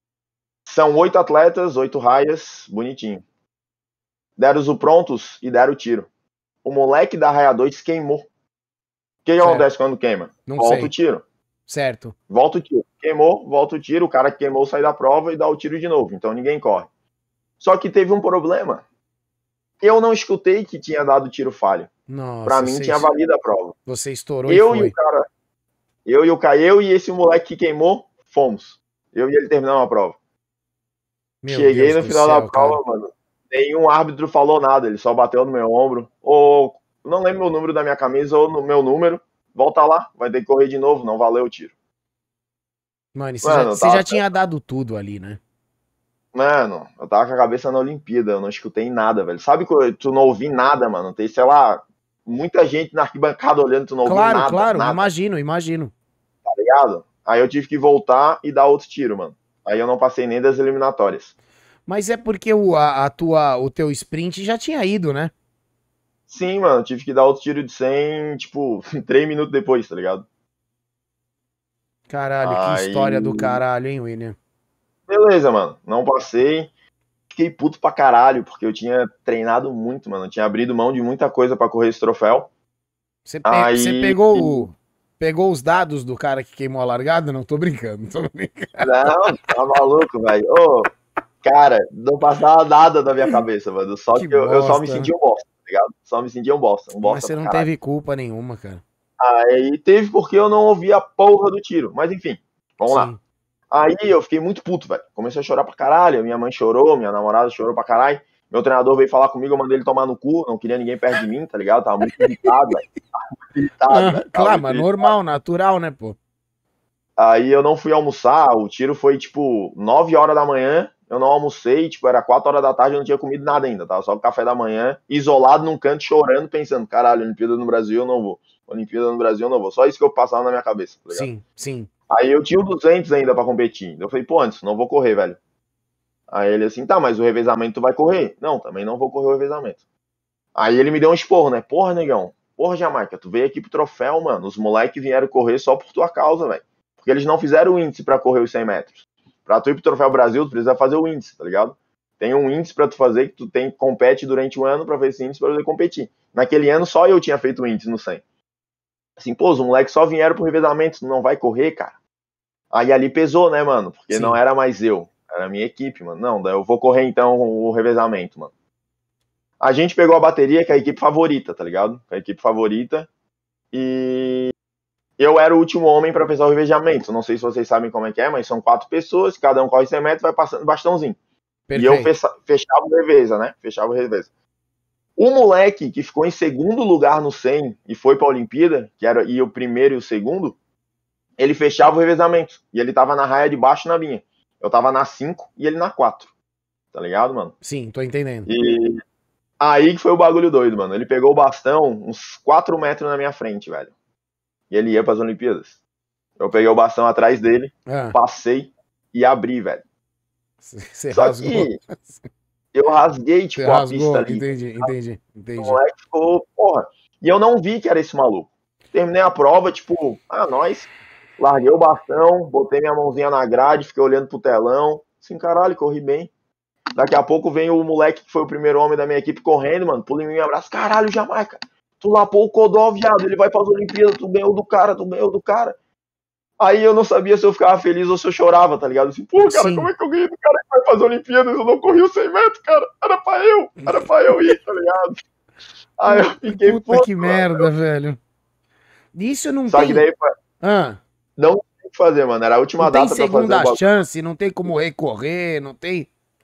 São oito atletas, oito raias, bonitinho. Deram os prontos e deram o tiro. O moleque da raia dois queimou. O que Certo. acontece quando queima? Não Volta sei. o tiro. Certo. Volta o tiro. Queimou, volta o tiro. O cara que queimou sai da prova e dá o tiro de novo. Então ninguém corre. Só que teve um problema. Eu não escutei que tinha dado tiro falho. Nossa, Pra mim você, tinha valido a prova. você estourou e Eu e o foi. cara, eu e o Caio e esse moleque que queimou, fomos. Eu e ele terminamos a prova. Meu Cheguei Deus no do final da céu, prova, cara. mano. Nenhum árbitro falou nada, ele só bateu no meu ombro. Ou não lembro o número da minha camisa ou no meu número. Volta lá, vai ter que correr de novo, não valeu o tiro. Mano, e você já, Mano, eu você já tava, tinha dado tudo ali, né? mano, eu tava com a cabeça na Olimpíada, eu não escutei nada, velho. Sabe que tu não ouvi nada, mano? Tem, sei lá, muita gente na arquibancada olhando, tu não ouviu Claro, nada, claro, nada, imagino, imagino. tá ligado? Aí eu tive que voltar e dar outro tiro, mano. Aí eu não passei nem das eliminatórias. Mas é porque o, a, a tua, o teu sprint já tinha ido, né? Sim, mano, tive que dar outro tiro de cem, tipo, três minutos depois, tá ligado? Caralho, que história do Aí, caralho, hein, William? beleza, mano, não passei. Fiquei puto pra caralho, porque eu tinha treinado muito, mano. Eu tinha abrido mão de muita coisa pra correr esse troféu. Você, pe você Aí, pegou, o- pegou os dados do cara que queimou a largada? Não tô brincando, tô brincando. não, tá maluco, velho. Ô, cara, não passava nada na minha cabeça, mano. Só Que que eu, eu só me bosta. sentia um bosta, tá ligado? Só me sentia um bosta, um Mas bosta você pra não caralho. teve culpa nenhuma, cara. Aí teve porque eu não ouvi a porra do tiro. Mas enfim, vamos lá. Sim. Aí eu fiquei muito puto, velho. Comecei a chorar pra caralho. Minha mãe chorou, minha namorada chorou pra caralho. Meu treinador veio falar comigo, eu mandei ele tomar no cu, não queria ninguém perto de mim, tá ligado? Tava muito irritado, velho. Tava muito irritado, Ah, velho. Tava claro, muito mas irritado. normal, natural, né, pô? Aí eu não fui almoçar, o tiro foi tipo nove horas da manhã, eu não almocei, tipo, era quatro horas da tarde, eu não tinha comido nada ainda, tava só com café da manhã, isolado num canto, chorando, pensando, caralho, Olimpíada no Brasil eu não vou, Olimpíada no Brasil eu não vou, só isso que eu passava na minha cabeça, tá ligado? Sim, sim. Aí eu tinha o duzentos ainda pra competir, eu falei, pô, antes, não vou correr, velho. Aí ele assim, tá, mas o revezamento tu vai correr? Não, também não vou correr o revezamento. Aí ele me deu um esporro, né, porra, negão, porra, Jamaica, tu veio aqui pro troféu, mano, os moleques vieram correr só por tua causa, velho. Porque eles não fizeram o índice pra correr os cem metros. Pra tu ir pro Troféu Brasil, tu precisa fazer o índice, tá ligado? Tem um índice pra tu fazer que tu tem, compete durante um ano pra ver esse índice pra poder competir. Naquele ano só eu tinha feito o índice no cem. Assim, pô, os moleques só vieram pro revezamento, tu não vai correr, cara? Aí ali pesou, né, mano? Porque Sim. não era mais eu, era a minha equipe, mano. Não, daí eu vou correr então o revezamento, mano. A gente pegou a bateria com a equipe favorita, tá ligado? Com a equipe favorita. E eu era o último homem para fazer o revezamento. Não sei se vocês sabem como é que é, mas são quatro pessoas, cada um corre cem metros, vai passando bastãozinho. Perfeito. E eu fechava o reveza, né? Fechava o reveza. O moleque que ficou em segundo lugar no cem e foi para a Olimpíada, que era e o primeiro e o segundo, ele fechava o revezamento. E ele tava na raia de baixo na minha. Eu tava na cinco e ele na quatro. Tá ligado, mano? Sim, tô entendendo. E aí que foi o bagulho doido, mano. Ele pegou o bastão uns quatro metros na minha frente, velho. E ele ia para as Olimpíadas. Eu peguei o bastão atrás dele, Ah, passei e abri, velho. você Só rasgou. que eu rasguei, Você tipo, a rasgou, pista ali. entendi, entendi, O entendi. moleque ficou, porra. E eu não vi que era esse maluco. Terminei a prova, tipo, ah, nós. Larguei o bastão, botei minha mãozinha na grade, fiquei olhando pro telão. Assim, caralho, corri bem. Daqui a pouco vem o moleque que foi o primeiro homem da minha equipe correndo, mano. Pula em mim e me abraça. Caralho, Jamaica. Tu lapou o Codó, viado. Ele vai para as Olimpíadas, tu ganhou do cara, tu ganhou do cara. Aí eu não sabia se eu ficava feliz ou se eu chorava, tá ligado? Assim, pô, cara, Sim. como é que eu ganhei do cara que vai fazer Olimpíadas? Eu não corri os cem metros, cara. Era pra eu, era pra eu ir, tá ligado? Aí eu fiquei Puta puto, que mano. merda, velho. Isso não Só tem... que daí, Ah, não tem o que fazer, mano. Era a última não tem data pra fazer o segunda bagulho. chance, não tem como recorrer, não tem...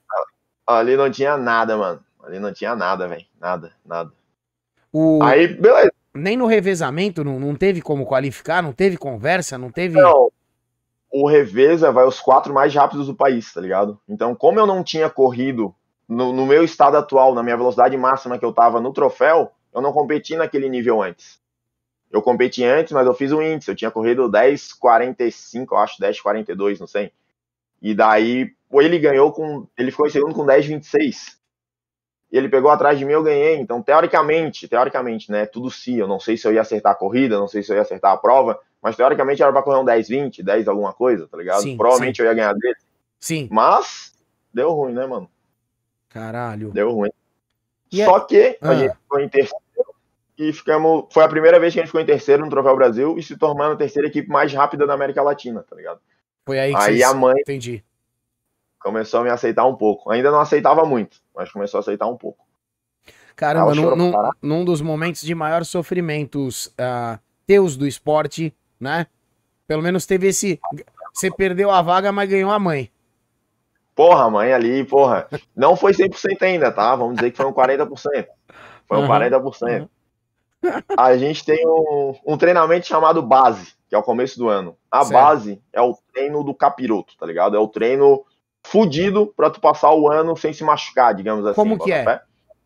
Ali não tinha nada, mano. Ali não tinha nada, velho. Nada, nada. O... Aí, beleza. Nem no revezamento não, não teve como qualificar, não teve conversa, não teve... Não, o Reveza vai os quatro mais rápidos do país, tá ligado? Então, como eu não tinha corrido no, no meu estado atual, na minha velocidade máxima que eu tava no troféu, eu não competi naquele nível antes. Eu competi antes, mas eu fiz um índice. Eu tinha corrido dez quarenta e cinco, eu acho, dez quarenta e dois, não sei. E daí, ele ganhou com... Ele ficou em segundo com dez vinte e seis. E ele pegou atrás de mim, eu ganhei. Então, teoricamente, teoricamente, né? Tudo se. Eu não sei se eu ia acertar a corrida, não sei se eu ia acertar a prova, mas teoricamente era pra correr um dez vinte, dez alguma coisa, tá ligado? Sim, Provavelmente sim. eu ia ganhar dele. Sim. Mas, deu ruim, né, mano? Caralho. Deu ruim. E Só é... que a Ah. gente ficou em terceiro e ficamos. Foi a primeira vez que a gente ficou em terceiro no Troféu Brasil e se tornando a terceira equipe mais rápida da América Latina, tá ligado? Foi aí que Aí vocês... a mãe Entendi. começou a me aceitar um pouco. Ainda não aceitava muito, mas começou a aceitar um pouco. Caramba, Ela num, chorou pra num, caralho. num dos momentos de maior sofrimentos ah, teus do esporte, né? Pelo menos teve esse... Você perdeu a vaga, mas ganhou a mãe. Porra, a mãe ali, porra. Não foi cem por cento ainda, tá? Vamos dizer que foi um quarenta por cento. Foi um Aham, quarenta por cento. aham. A gente tem um, um treinamento chamado base, que é o começo do ano. A Certo. base é o treino do capiroto, tá ligado? É o treino fudido pra tu passar o ano sem se machucar, digamos assim. Como que bota é? fé?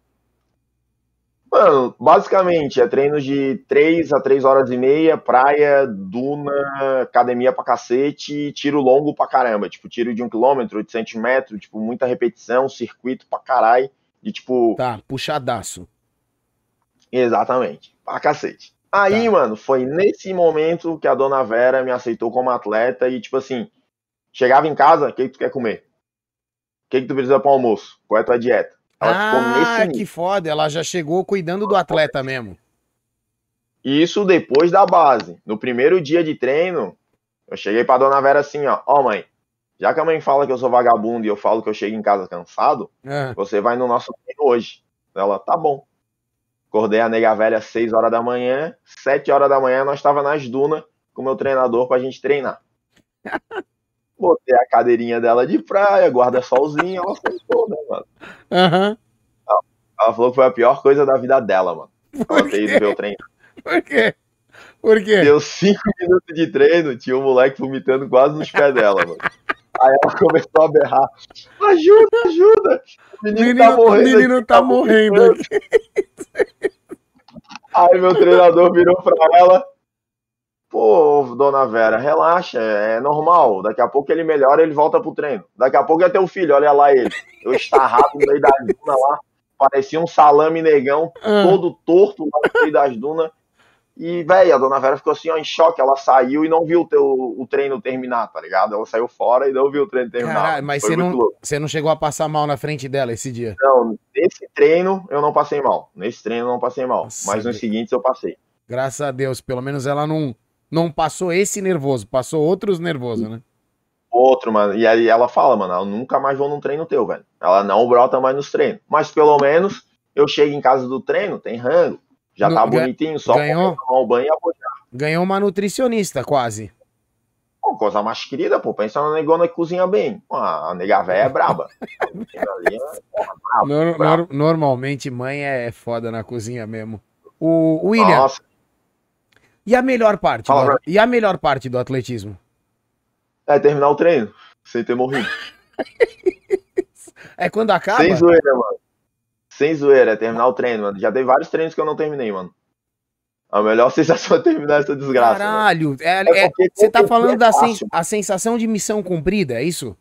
Mano, basicamente é treino de três a três horas e meia, praia, duna, academia pra cacete, tiro longo pra caramba. Tipo, tiro de um quilômetro, oitocentos metros, tipo, muita repetição, circuito pra caralho. E tipo, Tá, puxadaço. exatamente, pra cacete. Aí, Tá. mano, foi nesse momento que a dona Vera me aceitou como atleta e, tipo assim, chegava em casa, o que, que tu quer comer? O que, que tu precisa pro almoço? Qual é a tua dieta? Ela ficou nesse Ah, nível. que foda. Ela já chegou cuidando do atleta mesmo. Isso depois da base. No primeiro dia de treino, eu cheguei pra dona Vera assim, ó. Ó, mãe, já que a mãe fala que eu sou vagabundo e eu falo que eu chego em casa cansado, Ah, você vai no nosso treino hoje. Ela, tá bom. Acordei a nega velha às seis horas da manhã. sete horas da manhã nós tava nas dunas com o meu treinador pra gente treinar. Botei a cadeirinha dela de praia, guarda-solzinho, ela sentou, né, mano? Aham. Ela falou que foi a pior coisa da vida dela, mano. Ela ter ido ver o treino. Por quê? Por quê? Deu cinco minutos de treino, tinha um moleque vomitando quase nos pés dela, mano. Aí ela começou a berrar. Ajuda, ajuda! O menino, menino tá morrendo. O menino aqui, tá, tá morrendo aqui. Aí meu treinador virou pra ela. Pô, dona Vera, relaxa, é normal. Daqui a pouco ele melhora, ele volta pro treino. Daqui a pouco é teu filho, olha lá ele. Eu estarrado no meio das dunas lá, parecia um salame negão, ah. todo torto lá no meio das dunas. E, velho, a dona Vera ficou assim, ó, em choque. Ela saiu e não viu o, teu, o treino terminar, tá ligado? Ela saiu fora e não viu o treino terminar. Caralho, mas você não, você não chegou a passar mal na frente dela esse dia? Não, nesse treino eu não passei mal. Nesse treino eu não passei mal. Nossa, mas nos seguintes eu passei. Graças a Deus, pelo menos ela não, não passou esse nervoso, passou outros nervosos, né? Outro, mano. E aí ela fala, mano, eu nunca mais vou num treino teu, velho. Ela não brota mais nos treinos. Mas pelo menos eu chego em casa do treino, tem rango. Já no, tá bonitinho, só ganhou, tomar um banho e apoiar. Ganhou uma nutricionista, quase. Pô, coisa mais querida, pô. Pensa na negona que cozinha bem. Pô, a nega véia é braba. Ali é, porra, braba, Nor braba. Nor Normalmente, mãe é foda na cozinha mesmo. O, o William. Nossa. E a melhor parte? Fala, do, e a melhor parte do atletismo? É terminar o treino, sem ter morrido. É quando acaba? Sem zoeira, mano. Sem zoeira, é terminar o treino, mano. Já teve vários treinos que eu não terminei, mano. A melhor sensação é terminar essa desgraça. Caralho, é, é, você tá falando é da sens a sensação de missão cumprida, é isso?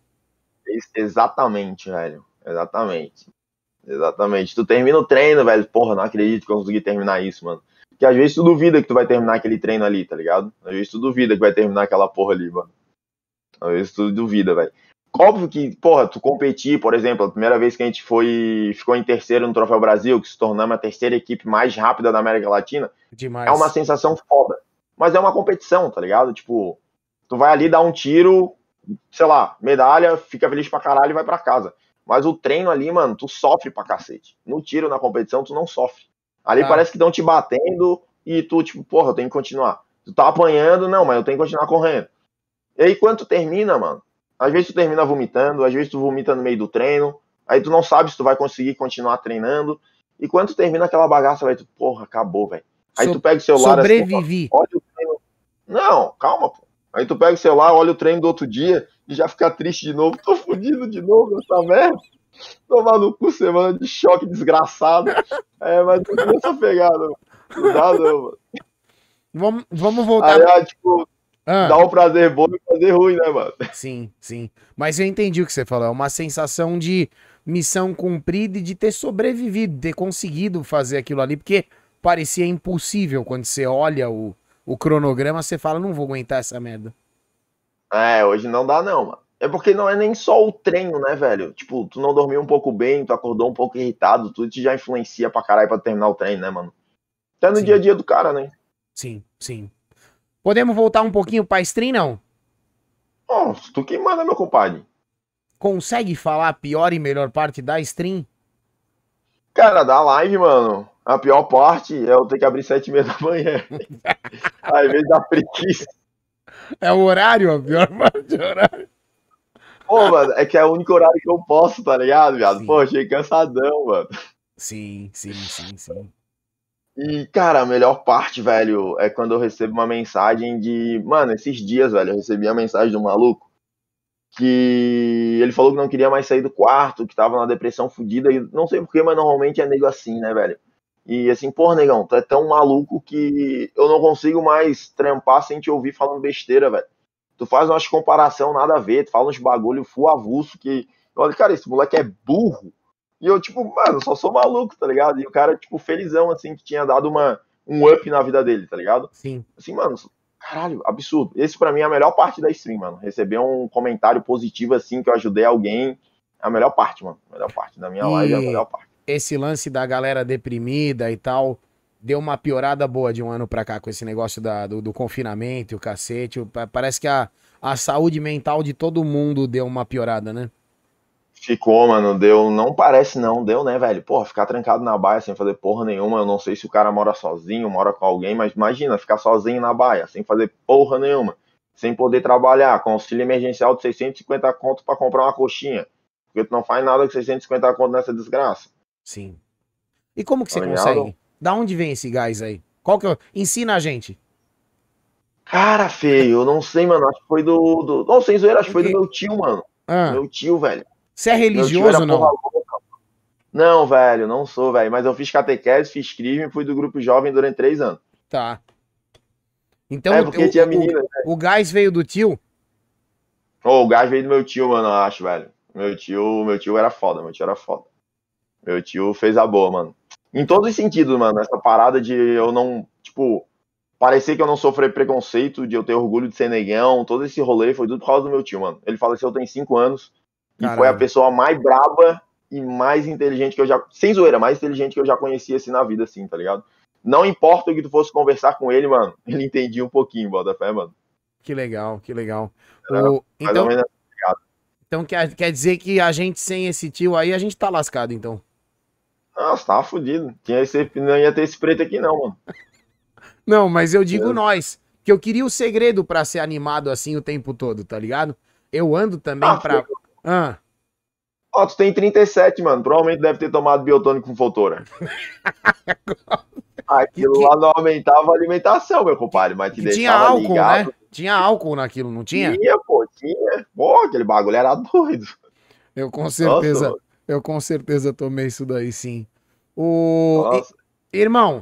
Exatamente, velho. Exatamente. Exatamente. Tu termina o treino, velho. Porra, não acredito que eu consegui terminar isso, mano. Porque às vezes tu duvida que tu vai terminar aquele treino ali, tá ligado? Às vezes tu duvida que vai terminar aquela porra ali, mano. Às vezes tu duvida, velho. Óbvio que, porra, tu competir, por exemplo, a primeira vez que a gente foi, ficou em terceiro no Troféu Brasil, que se tornamos a terceira equipe mais rápida da América Latina, demais. É uma sensação foda. Mas é uma competição, tá ligado? Tipo, tu vai ali dar um tiro, sei lá, medalha, fica feliz pra caralho e vai pra casa. Mas o treino ali, mano, tu sofre pra cacete. No tiro, na competição, tu não sofre. Ali ah. parece que estão te batendo e tu, tipo, porra, eu tenho que continuar. Tu tá apanhando, não, mas eu tenho que continuar correndo. E aí, quando tu termina, mano, às vezes tu termina vomitando, às vezes tu vomita no meio do treino, aí tu não sabe se tu vai conseguir continuar treinando. E quando tu termina aquela bagaça, vai tu, porra, acabou, velho. Aí so tu pega o celular sobrevivi. Assim, olha o treino. Não, calma, pô. Aí tu pega o celular, olha o treino do outro dia e já fica triste de novo. Tô fudido de novo nessa merda. Tomar no cu, semana de choque desgraçado. É, mas não tem essa pegada, mano. Não dá, não, mano. Vamos, vamos voltar. Aí, tipo, ah. dá um prazer bom e um prazer ruim, né, mano? Sim, sim. Mas eu entendi o que você falou. É uma sensação de missão cumprida e de ter sobrevivido, de ter conseguido fazer aquilo ali, porque parecia impossível. Quando você olha o, o cronograma, você fala, não vou aguentar essa merda. É, hoje não dá não, mano. É porque não é nem só o treino, né, velho? Tipo, tu não dormiu um pouco bem, tu acordou um pouco irritado, tudo te já influencia pra caralho pra terminar o treino, né, mano? Até no sim. dia a dia do cara, né? Sim, sim. Podemos voltar um pouquinho pra stream, não? Ó, oh, tu que manda, meu compadre. Consegue falar a pior e melhor parte da stream? Cara, da live, mano, a pior parte é eu ter que abrir sete e meia da manhã. Às vezes dá preguiça. É o horário, a pior parte do horário. Pô, mano, é que é o único horário que eu posso, tá ligado, viado? Sim. Pô, achei cansadão, mano. Sim, sim, sim, sim. E, cara, a melhor parte, velho, é quando eu recebo uma mensagem de... Mano, esses dias, velho, eu recebi a mensagem de um maluco que ele falou que não queria mais sair do quarto, que tava numa depressão fodida, e não sei porquê, mas normalmente é nego assim, né, velho? E assim, porra, negão, tu é tão maluco que eu não consigo mais trampar sem te ouvir falando besteira, velho. Tu faz umas comparação nada a ver, tu fala uns bagulho full avulso que... Olha, cara, esse moleque é burro. E eu, tipo, mano, só sou maluco, tá ligado? E o cara, tipo, felizão, assim, que tinha dado uma, um up na vida dele, tá ligado? Sim. Assim, mano, caralho, absurdo. Esse pra mim é a melhor parte da stream, mano. Receber um comentário positivo, assim, que eu ajudei alguém, é a melhor parte, mano. A melhor parte da minha e live é a melhor parte. Esse lance da galera deprimida e tal, deu uma piorada boa de um ano pra cá com esse negócio da, do, do confinamento e o cacete. Parece que a, a saúde mental de todo mundo deu uma piorada, né? Ficou, mano, deu, não parece não, deu, né, velho? Porra, ficar trancado na baia sem fazer porra nenhuma, eu não sei se o cara mora sozinho, mora com alguém, mas imagina, ficar sozinho na baia, sem fazer porra nenhuma, sem poder trabalhar, com auxílio emergencial de seiscentos e cinquenta conto pra comprar uma coxinha, porque tu não faz nada com seiscentos e cinquenta conto nessa desgraça. Sim. E como que você Tá ligado? consegue? Da onde vem esse gás aí? Qual que é o... Ensina a gente. Cara, feio, eu não sei, mano. Acho que foi do. do... Não, sem zoeira, acho que foi do Porque... meu tio, mano. Ah, Meu tio, velho. você é Meu tio era religioso ou porra não? louca. Não, velho, não sou, velho. Mas eu fiz catequese, fiz crisma e fui do grupo jovem durante três anos. Tá. Então É, o, porque tinha o, o, menina, né? o gás veio do tio? Ô, o gás veio do meu tio, mano, eu acho, velho. Meu tio, meu tio era foda, meu tio era foda. Meu tio fez a boa, mano. Em todos os sentidos, mano. Essa parada de eu não, tipo, parecer que eu não sofri preconceito, de eu ter orgulho de ser negão, todo esse rolê foi tudo por causa do meu tio, mano. Ele faleceu tem cinco anos e foi a Caralho. pessoa mais braba e mais inteligente que eu já. Sem zoeira, mais inteligente que eu já conheci assim na vida, assim, tá ligado? Não importa o que tu fosse conversar com ele, mano. Ele entendia um pouquinho, Botafé, mano. Que legal, que legal. Era O... mais ou Então, menos. então quer, quer dizer que a gente sem esse tio aí, a gente tá lascado, então. Nossa, tava fudido. Tinha esse, não ia ter esse preto aqui, não, mano. Não, mas eu digo nós. Que eu queria o segredo pra ser animado assim o tempo todo, tá ligado? Eu ando também Ah, pra. Ah, Ó, tu tem trinta e sete, mano. Provavelmente deve ter tomado biotônico com Fontoura. que, Aquilo que, lá não aumentava a alimentação, meu compadre, mas te que tinha deixava álcool, né? ligado. Tinha álcool naquilo, não tinha? Tinha, pô, tinha. Pô, aquele bagulho era doido. Eu com Nossa, certeza, mano. eu com certeza tomei isso daí, sim. O i- Nossa. irmão,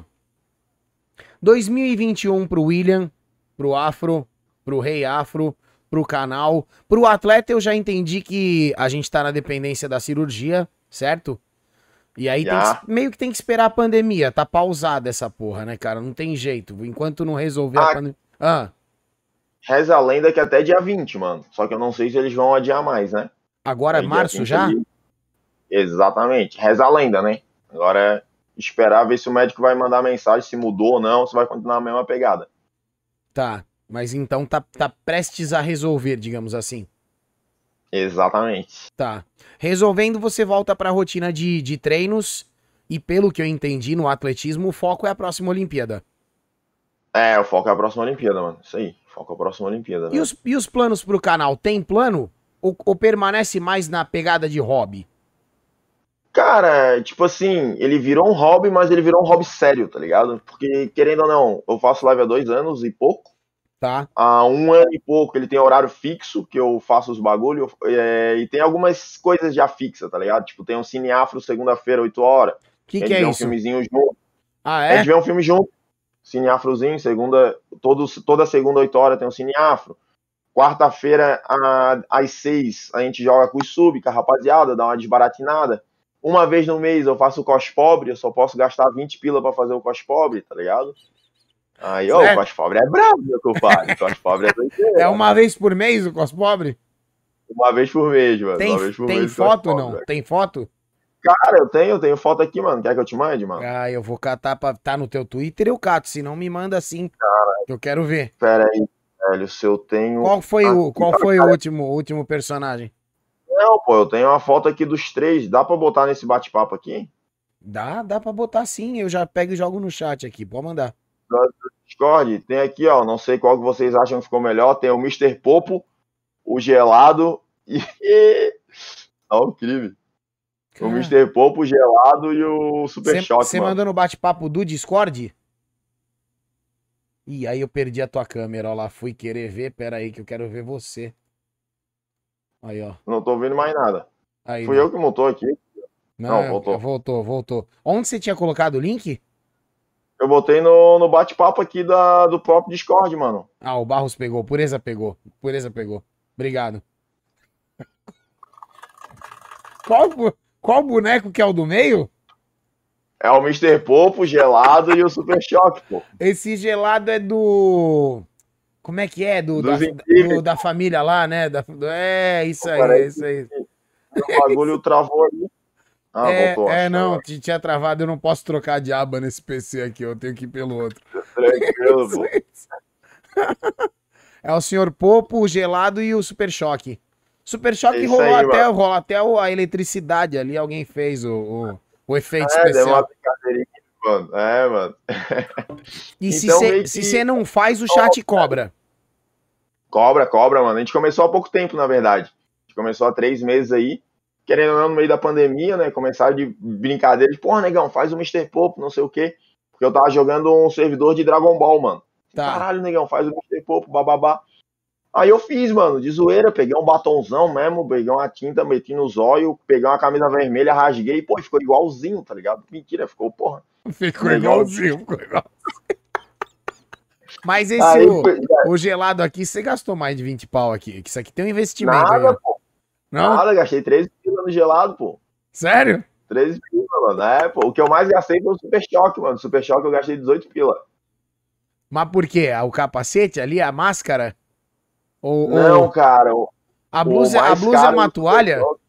dois mil e vinte e um pro William, pro Afro, pro Rei Afro, pro canal, pro atleta eu já entendi que a gente tá na dependência da cirurgia, certo? E aí tem Já. que- meio que tem que esperar a pandemia, tá pausada essa porra, né, cara? Não tem jeito. Enquanto não resolver a Ah, pandemia. Ah, reza a lenda que até dia vinte, mano. Só que eu não sei se eles vão adiar mais, né? agora é Aí dia março vinte já? ali. Exatamente. Reza a lenda, né? Agora é esperar ver se o médico vai mandar mensagem se mudou ou não, se vai continuar a mesma pegada. Tá. Mas então tá, tá prestes a resolver, digamos assim. Exatamente. Tá. Resolvendo, você volta pra rotina de, de treinos. E pelo que eu entendi no atletismo, o foco é a próxima Olimpíada. É, o foco é a próxima Olimpíada, mano. Isso aí. O foco é a próxima Olimpíada, E né? os, e os planos pro canal? Tem plano? Ou, ou permanece mais na pegada de hobby? Cara, tipo assim, ele virou um hobby, mas ele virou um hobby sério, tá ligado? Porque, querendo ou não, eu faço live há dois anos e pouco. Tá? Há um ano e pouco ele tem horário fixo, que eu faço os bagulho, é, e tem algumas coisas já fixas, tá ligado? Tipo, tem um Cine Afro segunda-feira, oito horas. O que, A que gente é vê um isso? filmezinho junto. Ah, A gente é? vê um filme junto. Cine Afrozinho, segunda, todos, toda segunda, oito horas tem um Cine Afro. Quarta-feira, a- às seis, a gente joga com o sub, com a rapaziada, dá uma desbaratinada. Uma vez no mês eu faço o cos pobre, eu só posso gastar vinte pila pra fazer o cos pobre, tá ligado? Aí, ó, o Certo? cos pobre é brabo, meu compadre. O cos pobre é doideira. É uma vez por mês o cos pobre? Uma vez por mês, mano. Tem, Uma vez por tem mês o cos foto pobre, não? velho. Tem foto? Cara, eu tenho, eu tenho foto aqui, mano. Quer que eu te mande, mano? Ah, eu vou catar pra tá no teu Twitter, eu cato. Se não, me manda assim. Que eu quero ver. Pera aí, velho, se eu tenho. Qual foi o, aqui, qual cara, foi o cara, último, o último personagem? Não, pô, eu tenho uma foto aqui dos três. Dá pra botar nesse bate-papo aqui? Dá, dá pra botar sim. Eu já pego e jogo no chat aqui. Pode mandar. Do Discord, tem aqui, ó. Não sei qual que vocês acham que ficou melhor. Tem o mister Popo, o Gelado e. Ó, o crime. O mister Popo, o Gelado e o Super Choque, Você mano. mandou no bate-papo do Discord? Ih, aí eu perdi a tua câmera, ó lá. Fui querer ver. Pera aí que eu quero ver você. Aí, ó. Não tô vendo mais nada. Aí, Fui não. eu que montou aqui. Não, Não, voltou. voltou, voltou. Onde você tinha colocado o link? Eu botei no, no bate-papo aqui da, do próprio Discord, mano. Ah, o Barros pegou. Pureza pegou. Pureza pegou. Obrigado. Qual, bu- qual boneco que é o do meio? É o mister Popo, o Gelado e o Super Choque, pô. Esse gelado é do... Como é que é? Do, da, Dos incríveis. do- da família lá, né? Da- do- é, isso aí, Peraí. é isso aí. O bagulho travou ali. Ah, É, voltou. é acho, não, agora. t- tinha travado, eu não posso trocar de aba nesse P C aqui, eu tenho que ir pelo outro. Tranquilo, pô. É o senhor Popo, o gelado e o Super Choque. Super Choque É isso rolou aí, até, mano. rolou até o- a eletricidade ali, alguém fez o, o, o efeito É, deu uma especial. brincadeirinha, mano. É, mano. E se Então, você meio que- se você não faz, o chat cobra. Cobra, cobra, mano. A gente começou há pouco tempo, na verdade. A gente começou há três meses aí. querendo ou não, no meio da pandemia, né, começaram de brincadeira de, porra, negão, faz o mister Popo, não sei o quê. Porque eu tava jogando um servidor de Dragon Ball, mano. Tá. Caralho, negão, faz o mister Popo, bababá. Aí eu fiz, mano, de zoeira, peguei um batonzão mesmo, peguei uma tinta, meti no zóio, peguei uma camisa vermelha, rasguei, pô, ficou igualzinho, tá ligado? Mentira, ficou, porra. Ficou Legal. igualzinho, ficou igualzinho. Mas esse, Aí, o, foi- o gelado aqui, você gastou mais de vinte pau aqui. Que isso aqui tem um investimento aí, nada, ó. pô, Não? nada, gastei treze pila no gelado, pô. Sério? treze pila, mano, é, pô. O que eu mais gastei foi o Super Choque, mano. Super Choque eu gastei dezoito pila. Mas por quê? O capacete ali, a máscara? Ou, Não, ou cara, o, a o blusa, a mais blusa é caro uma do Super toalha? Choque,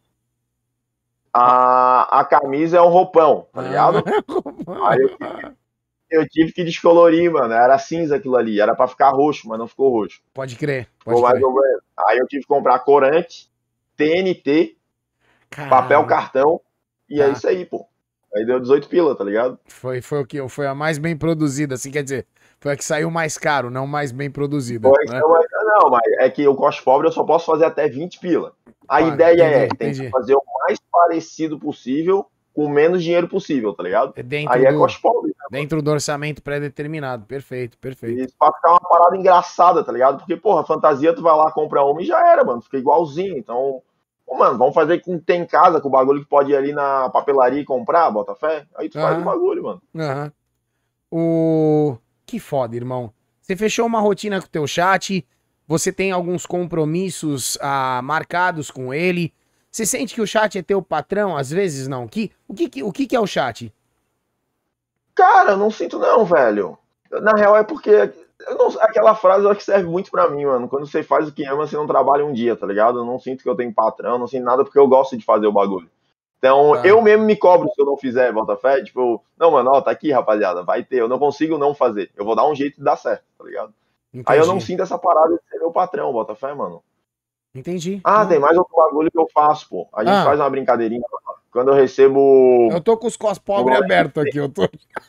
a, a camisa é um roupão, tá ligado? Aí eu Eu tive que descolorir, mano. Era cinza aquilo ali. Era pra ficar roxo, mas não ficou roxo. Pode crer, pode Ficou mais crer. ou menos. Aí eu tive que comprar corante, T N T, papel Caralho. cartão. E Tá. é isso aí, pô. Aí deu dezoito pila, tá ligado? Foi, foi o que? Foi a mais bem produzida, assim, quer dizer, foi a que saiu mais caro, não mais bem produzida. Pois Né? não, mas, não, mas é que o coste pobre eu só posso fazer até vinte pila. A Ah, ideia entendi, é, tem entendi. que fazer o mais parecido possível com o menos dinheiro possível, tá ligado? É dentro Aí é do, coste pobre, né? dentro do orçamento pré-determinado. Perfeito, perfeito. Isso pra ficar uma parada engraçada, tá ligado? Porque, porra, fantasia, tu vai lá, compra uma e já era, mano. Fica igualzinho. Então, pô, mano, vamos fazer com que tem em casa, com o bagulho que pode ir ali na papelaria e comprar, bota fé. Aí tu faz Aham. o bagulho, mano. Aham. O... Que foda, irmão. Você fechou uma rotina com o teu chat, você tem alguns compromissos ah, marcados com ele. Você sente que o chat é teu patrão? Às vezes não. Que, o que, que- o que, que é o chat? Cara, eu não sinto não, velho. Na real é porque eu não- aquela frase eu acho que serve muito pra mim, mano. Quando você faz o que ama, você não trabalha um dia, tá ligado? Eu não sinto que eu tenho patrão, não sinto nada porque eu gosto de fazer o bagulho. Então, Tá. eu mesmo me cobro se eu não fizer, bota fé. Tipo, não, mano, ó, tá aqui, rapaziada, vai ter. Eu não consigo não fazer. Eu vou dar um jeito de dar certo, tá ligado? Aí eu não Entendi. sinto essa parada de ser meu patrão, bota fé, mano. Entendi. Ah, Não. tem mais outro bagulho que eu faço, pô. A gente Ah. faz uma brincadeirinha. Quando eu recebo. Eu tô com os cos pobres Moleque. abertos aqui, eu tô.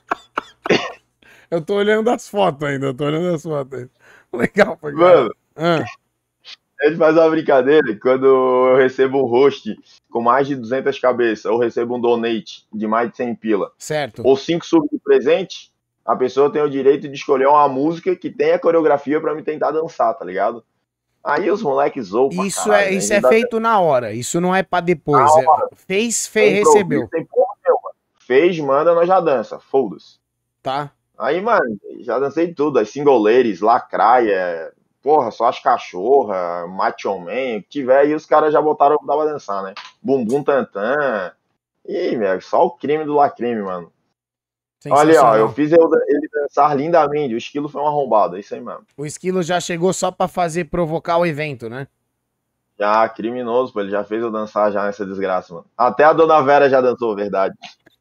Eu tô olhando as fotos ainda, eu tô olhando as fotos ainda. Legal, pra caralho. Mano, Ah, a gente faz uma brincadeira. Quando eu recebo um host com mais de duzentas cabeças, ou recebo um donate de mais de cem pila, certo. ou cinco subs de presente, a pessoa tem o direito de escolher uma música que tenha coreografia pra me tentar dançar, tá ligado? Aí os moleques zoam pra Isso caralho, é, né? isso A é gente dá feito na hora, isso não é pra depois. Na É, fez, até fez, improviso, recebeu. tem porra nenhuma. Fez, manda, nós já dança. Foda-se. Tá? Aí, mano, já dancei tudo. As single ladies, lacraia, porra, só as cachorras, macho man, o que tiver, aí os caras já botaram pra dar pra dançar, né? Bumbum tantã. Ih, velho, só o crime do lacrime, mano. Olha, ó, eu Sensacional. fiz eu- ele dançar lindamente, o esquilo foi uma arrombada, é isso aí mesmo. O esquilo já chegou só pra fazer provocar o evento, né? Já, criminoso, pô, ele já fez eu dançar já nessa desgraça, mano. Até a dona Vera já dançou, verdade.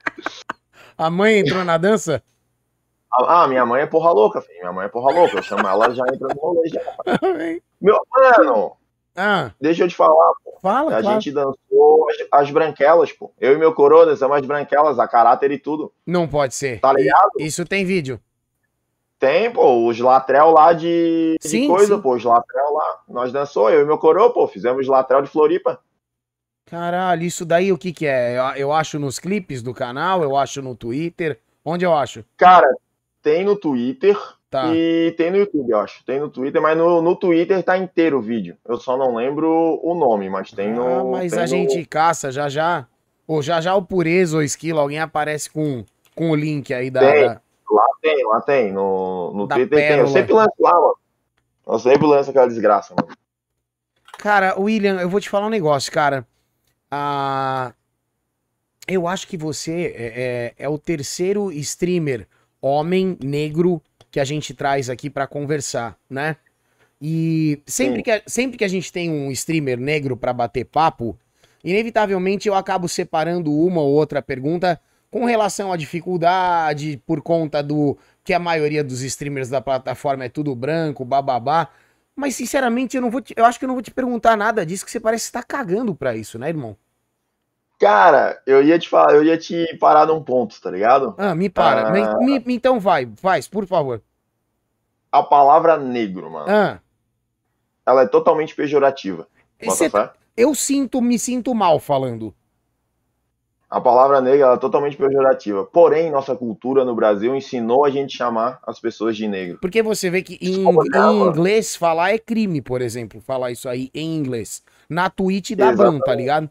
A mãe entrou na dança? Ah, minha mãe é porra louca, filho. Minha mãe é porra louca. Eu chamo ela, já entra no rolê já. Meu, mano, Ah, deixa eu te falar, pô. fala, A claro. gente dançou as, as branquelas, pô. Eu e meu coroa dançamos as branquelas, a caráter e tudo. Não pode ser. Tá ligado? E- isso tem vídeo. Tem, pô, os latrel lá de, de Sim, coisa, sim. pô. Os latrel lá. Nós dançou, eu e meu coroa, pô. Fizemos latrel de Floripa. Caralho, isso daí o que que é? Eu, eu acho nos clipes do canal, eu acho no Twitter. Onde eu acho? Cara, tem no Twitter Tá. e tem no YouTube, eu acho. Tem no Twitter, mas no, no Twitter tá inteiro o vídeo. Eu só não lembro o nome, mas tem no... Ah, mas tem a no- gente caça já já. Ou já já o Pureza ou Esquilo, alguém aparece com, com o link aí da. Tem. da- Lá tem, lá tem. No, no Da Twitter tem. Eu pérola. sempre lanço lá, mano. Eu sempre lanço aquela desgraça, mano. Cara, William, eu vou te falar um negócio, cara. Ah, eu acho que você é, é, é o terceiro streamer homem negro que a gente traz aqui pra conversar, né? E sempre Sim. que, a, sempre que a gente tem um streamer negro pra bater papo, inevitavelmente eu acabo separando uma ou outra pergunta com relação à dificuldade, por conta do que a maioria dos streamers da plataforma é tudo branco, bababá. Mas, sinceramente, eu não vou te, eu acho que eu não vou te perguntar nada disso, que você parece estar cagando pra isso, né, irmão? Cara, eu ia te falar, eu ia te parar num ponto, tá ligado? Ah, me para. Ah. Me- me- então vai, faz, por favor. A palavra negro, mano, Ah, ela é totalmente pejorativa. Bota cê- fé? eu sinto, me sinto mal falando. A palavra negra ela é totalmente pejorativa. Porém, nossa cultura no Brasil ensinou a gente chamar as pessoas de negro. Porque você vê que em, Olhar, em mano. inglês falar é crime, por exemplo. Falar isso aí em inglês. Na Twitch dá Exatamente. ban, tá ligado?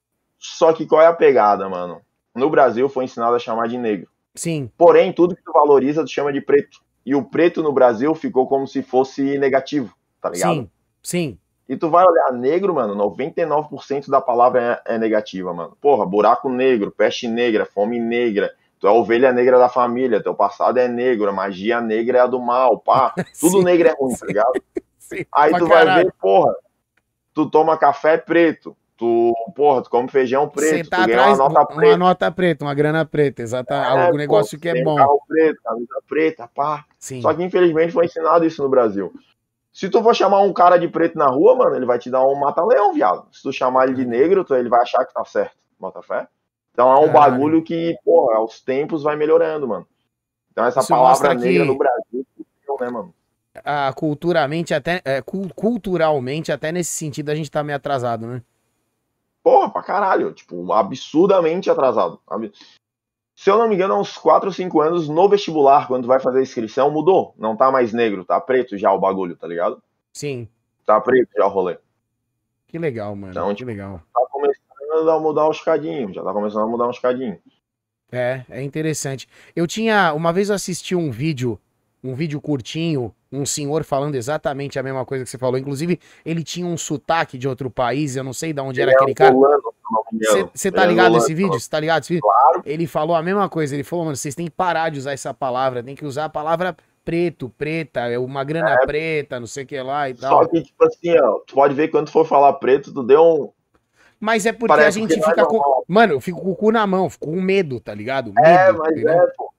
Só que qual é a pegada, mano? No Brasil foi ensinado a chamar de negro. Sim, Porém, tudo que tu valoriza, tu chama de preto. E o preto no Brasil ficou como se fosse negativo, tá ligado? sim, sim. E tu vai olhar negro, mano, noventa e nove por cento da palavra é, é negativa, mano. Porra, buraco negro, peste negra, fome negra, tu é a ovelha negra da família, teu passado é negro, a magia negra é a do mal, pá. Tudo Sim, negro é ruim, sim, tá ligado? sim, Aí pra tu vai caralho. ver, porra, tu toma café preto, tu, porra, tu come feijão Você preto, tá tu ganha uma atrás nota uma preta. nota preta, uma grana preta, exatamente. É, Algum pô, negócio que é tem um bom. carro preto, camisa preta, pá. Só Sim. que infelizmente foi ensinado isso no Brasil. Se tu for chamar um cara de preto na rua, mano, ele vai te dar um mata-leão, viado. Se tu chamar ele de negro, tu, ele vai achar que tá certo. Bota fé? Então é um Caralho. bagulho que, pô, aos tempos vai melhorando, mano. Então essa Isso palavra mostra negra no que Brasil, né, mano? ah, culturalmente até é, cul- culturalmente até nesse sentido a gente tá meio atrasado, né? Porra, pra caralho. Tipo, absurdamente atrasado. Ab- Se eu não me engano, há uns quatro ou cinco anos, no vestibular, quando tu vai fazer a inscrição, mudou. Não tá mais negro, tá preto já o bagulho, tá ligado? Sim. Tá preto já o rolê. Que legal, mano. Então, Que tipo, legal. tá começando a mudar uns cadinhos. Já tá começando a mudar uns cadinhos. É, é interessante. Eu tinha, uma vez eu assisti um vídeo, um vídeo curtinho, um senhor falando exatamente a mesma coisa que você falou. Inclusive, ele tinha um sotaque de outro país, eu não sei de onde era Ele é aquele cara. angolano, se eu não me engano. Você Ele tá é ligado angolano, nesse vídeo? Você tá ligado nesse vídeo? claro. Ele falou a mesma coisa. Ele falou, mano, vocês têm que parar de usar essa palavra, tem que usar a palavra preto, preta, é uma grana É, preta, não sei o que lá e só tal. que, tipo assim, ó, tu pode ver quando tu for falar preto, tu deu um. Mas é porque a Parece que gente não é fica com. normal. Mano, eu fico com o cu na mão, fico com medo, tá ligado? É, Medo, mas entendeu? é, pô.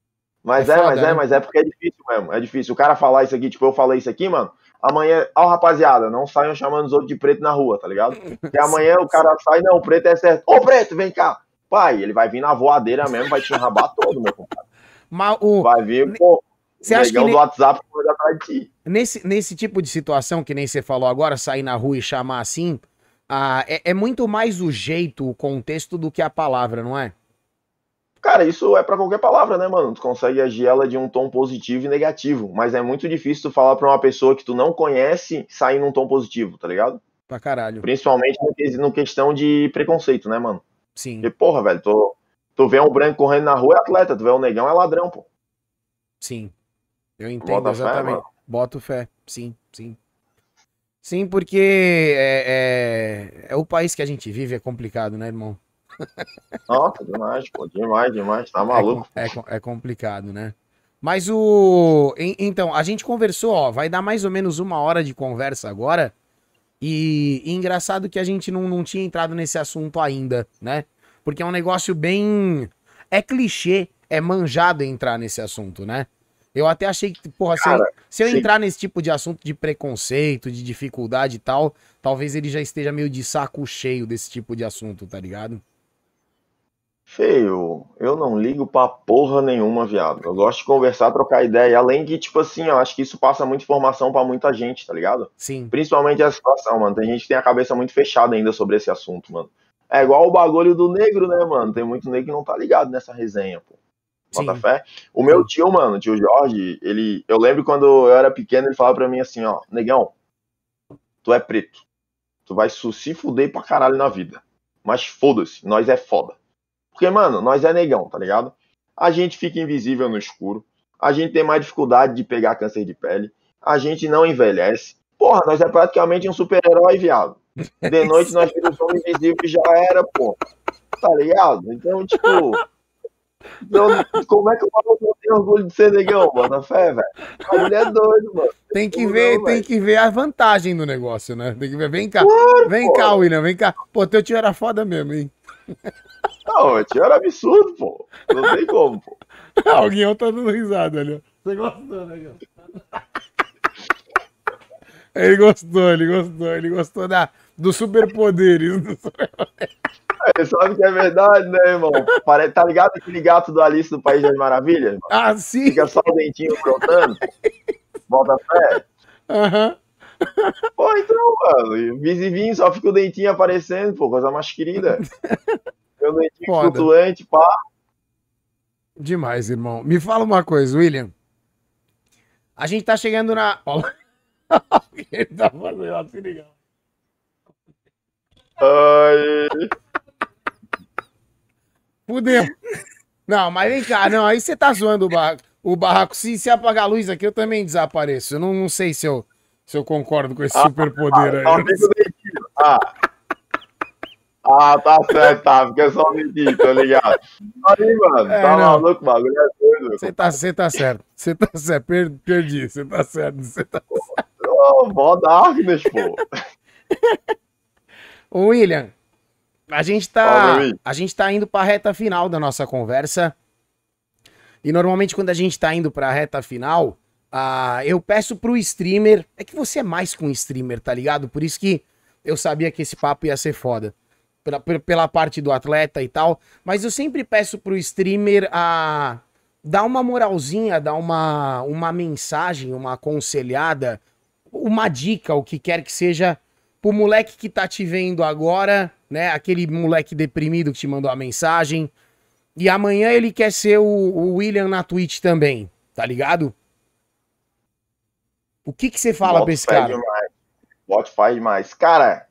É Mas é, mas foda, é, né? mas é porque é difícil mesmo. É difícil. O cara falar isso aqui, tipo, eu falei isso aqui, mano. Amanhã, ó, rapaziada, não saiam chamando os outros de preto na rua, tá ligado? E Sim, amanhã o sim. cara sai, não, o preto é certo. Ô, preto, vem cá. Pai, ele vai vir na voadeira mesmo, vai te enrabar todo, meu compadre. Mas o. Vai vir, pô, o Você acha que negão do ne- WhatsApp correndo atrás de ti. nesse, nesse tipo de situação, que nem você falou agora, sair na rua e chamar assim, ah, é, é muito mais o jeito, o contexto do que a palavra, não é? Cara, isso é pra qualquer palavra, né, mano? Tu consegue agir ela de um tom positivo e negativo, mas é muito difícil tu falar pra uma pessoa que tu não conhece sair num tom positivo, tá ligado? Pra caralho. Principalmente no, que- no questão de preconceito, né, mano? Sim, Porque, porra, velho, tu, tu vê um branco correndo na rua é atleta, tu vê um negão é ladrão, pô. sim. Eu entendo Bota fé, exatamente. mano. Boto fé. Sim, sim. Sim, porque é, é, é o país que a gente vive, é complicado, né, irmão? Nossa, demais, pô, demais, demais, tá É, com- maluco, pô. é, com- é complicado, né? Mas o. en- Então, a gente conversou, ó, vai dar mais ou menos uma hora de conversa agora. E, e engraçado que a gente não, não tinha entrado nesse assunto ainda, né? Porque é um negócio bem. É clichê, é manjado entrar nesse assunto, né? Eu até achei que, porra, se eu, Cara, se eu sim, entrar nesse tipo de assunto de preconceito, de dificuldade e tal, talvez ele já esteja meio de saco cheio desse tipo de assunto, tá ligado? feio, eu não ligo pra porra nenhuma, viado. Eu gosto de conversar, trocar ideia. Além que, tipo assim, eu acho que isso passa muita informação pra muita gente, tá ligado? Sim, Principalmente a situação, mano. Tem gente que tem a cabeça muito fechada ainda sobre esse assunto, mano. É igual o bagulho do negro, né, mano? Tem muito negro que não tá ligado nessa resenha, pô. Bota sim, fé? O meu sim. tio, mano, tio Jorge, ele. Eu lembro quando eu era pequeno, ele falava pra mim assim, ó, negão, tu é preto. Tu vai su- se fuder pra caralho na vida. Mas foda-se, nós é foda. Porque, mano, nós é negão, tá ligado? A gente fica invisível no escuro. A gente tem mais dificuldade de pegar câncer de pele. A gente não envelhece. Porra, nós é praticamente um super-herói, viado. De noite nós viramos um invisível e já era, pô. Tá ligado? Então, tipo. Então, como é que o maluco não tem orgulho de ser negão, mano? Fé, velho. A mulher é doido, mano. Tem que Como ver, não, tem velho? que ver a vantagem do negócio, né? Tem que ver. Vem cá, vem cá, Pô, William, vem cá. Pô, teu tio era foda mesmo, hein? não, o tio era absurdo, pô. Não tem como, pô. Alguém tá dando risada ali, ó. Você gostou, né, Guilherme? Ele gostou, ele gostou, ele gostou da, dos superpoderes. Do super- Você sabe que é verdade, né, irmão? Pare- Tá ligado aquele gato do Alice do País das Maravilhas, irmão? Ah, sim! Fica só o dentinho brotando, pô. Bota fé. Aham. Pô, então, mano, e visivinho só fica o dentinho aparecendo, pô, coisa mais querida. Meu dedinho Foda. flutuante, pá. Demais, irmão. Me fala uma coisa, William. A gente tá chegando na... Ó, o que ele tá fazendo? Ó, se liga. Ai. Fudeu. Não, mas vem cá. Não, aí você tá zoando o barraco. O barraco, se, se apagar a luz aqui, eu também desapareço. Eu não, não sei se eu, se eu concordo com esse Ah, superpoder aí. Só Eu não fica sei. o dedinho. Ah. Ah, tá certo, tá. Fica só o dedinho, tá ligado? Aí, mano, É, tá não. maluco, o bagulho é doido. Você tá, você tá certo. Você tá certo. Per- perdi. Você tá certo. Você tá... Ô, mó Darkness, pô. Ô, William, a gente Fala pra tá, mim. a gente tá indo pra reta final da nossa conversa. E normalmente quando a gente tá indo pra reta final, ah, eu peço pro streamer. É que você é mais com streamer, tá ligado? Por isso que eu sabia que esse papo ia ser foda. Pela, pela- pela parte do atleta e tal. Mas eu sempre peço pro streamer a dar uma moralzinha, dar uma, uma mensagem, uma aconselhada, uma dica, o que quer que seja, pro moleque que tá te vendo agora, né? Aquele moleque deprimido que te mandou a mensagem. E amanhã ele quer ser o, o William na Twitch também, tá ligado? O que que você fala pra esse Bota fé cara? demais. Bota fé demais. Cara,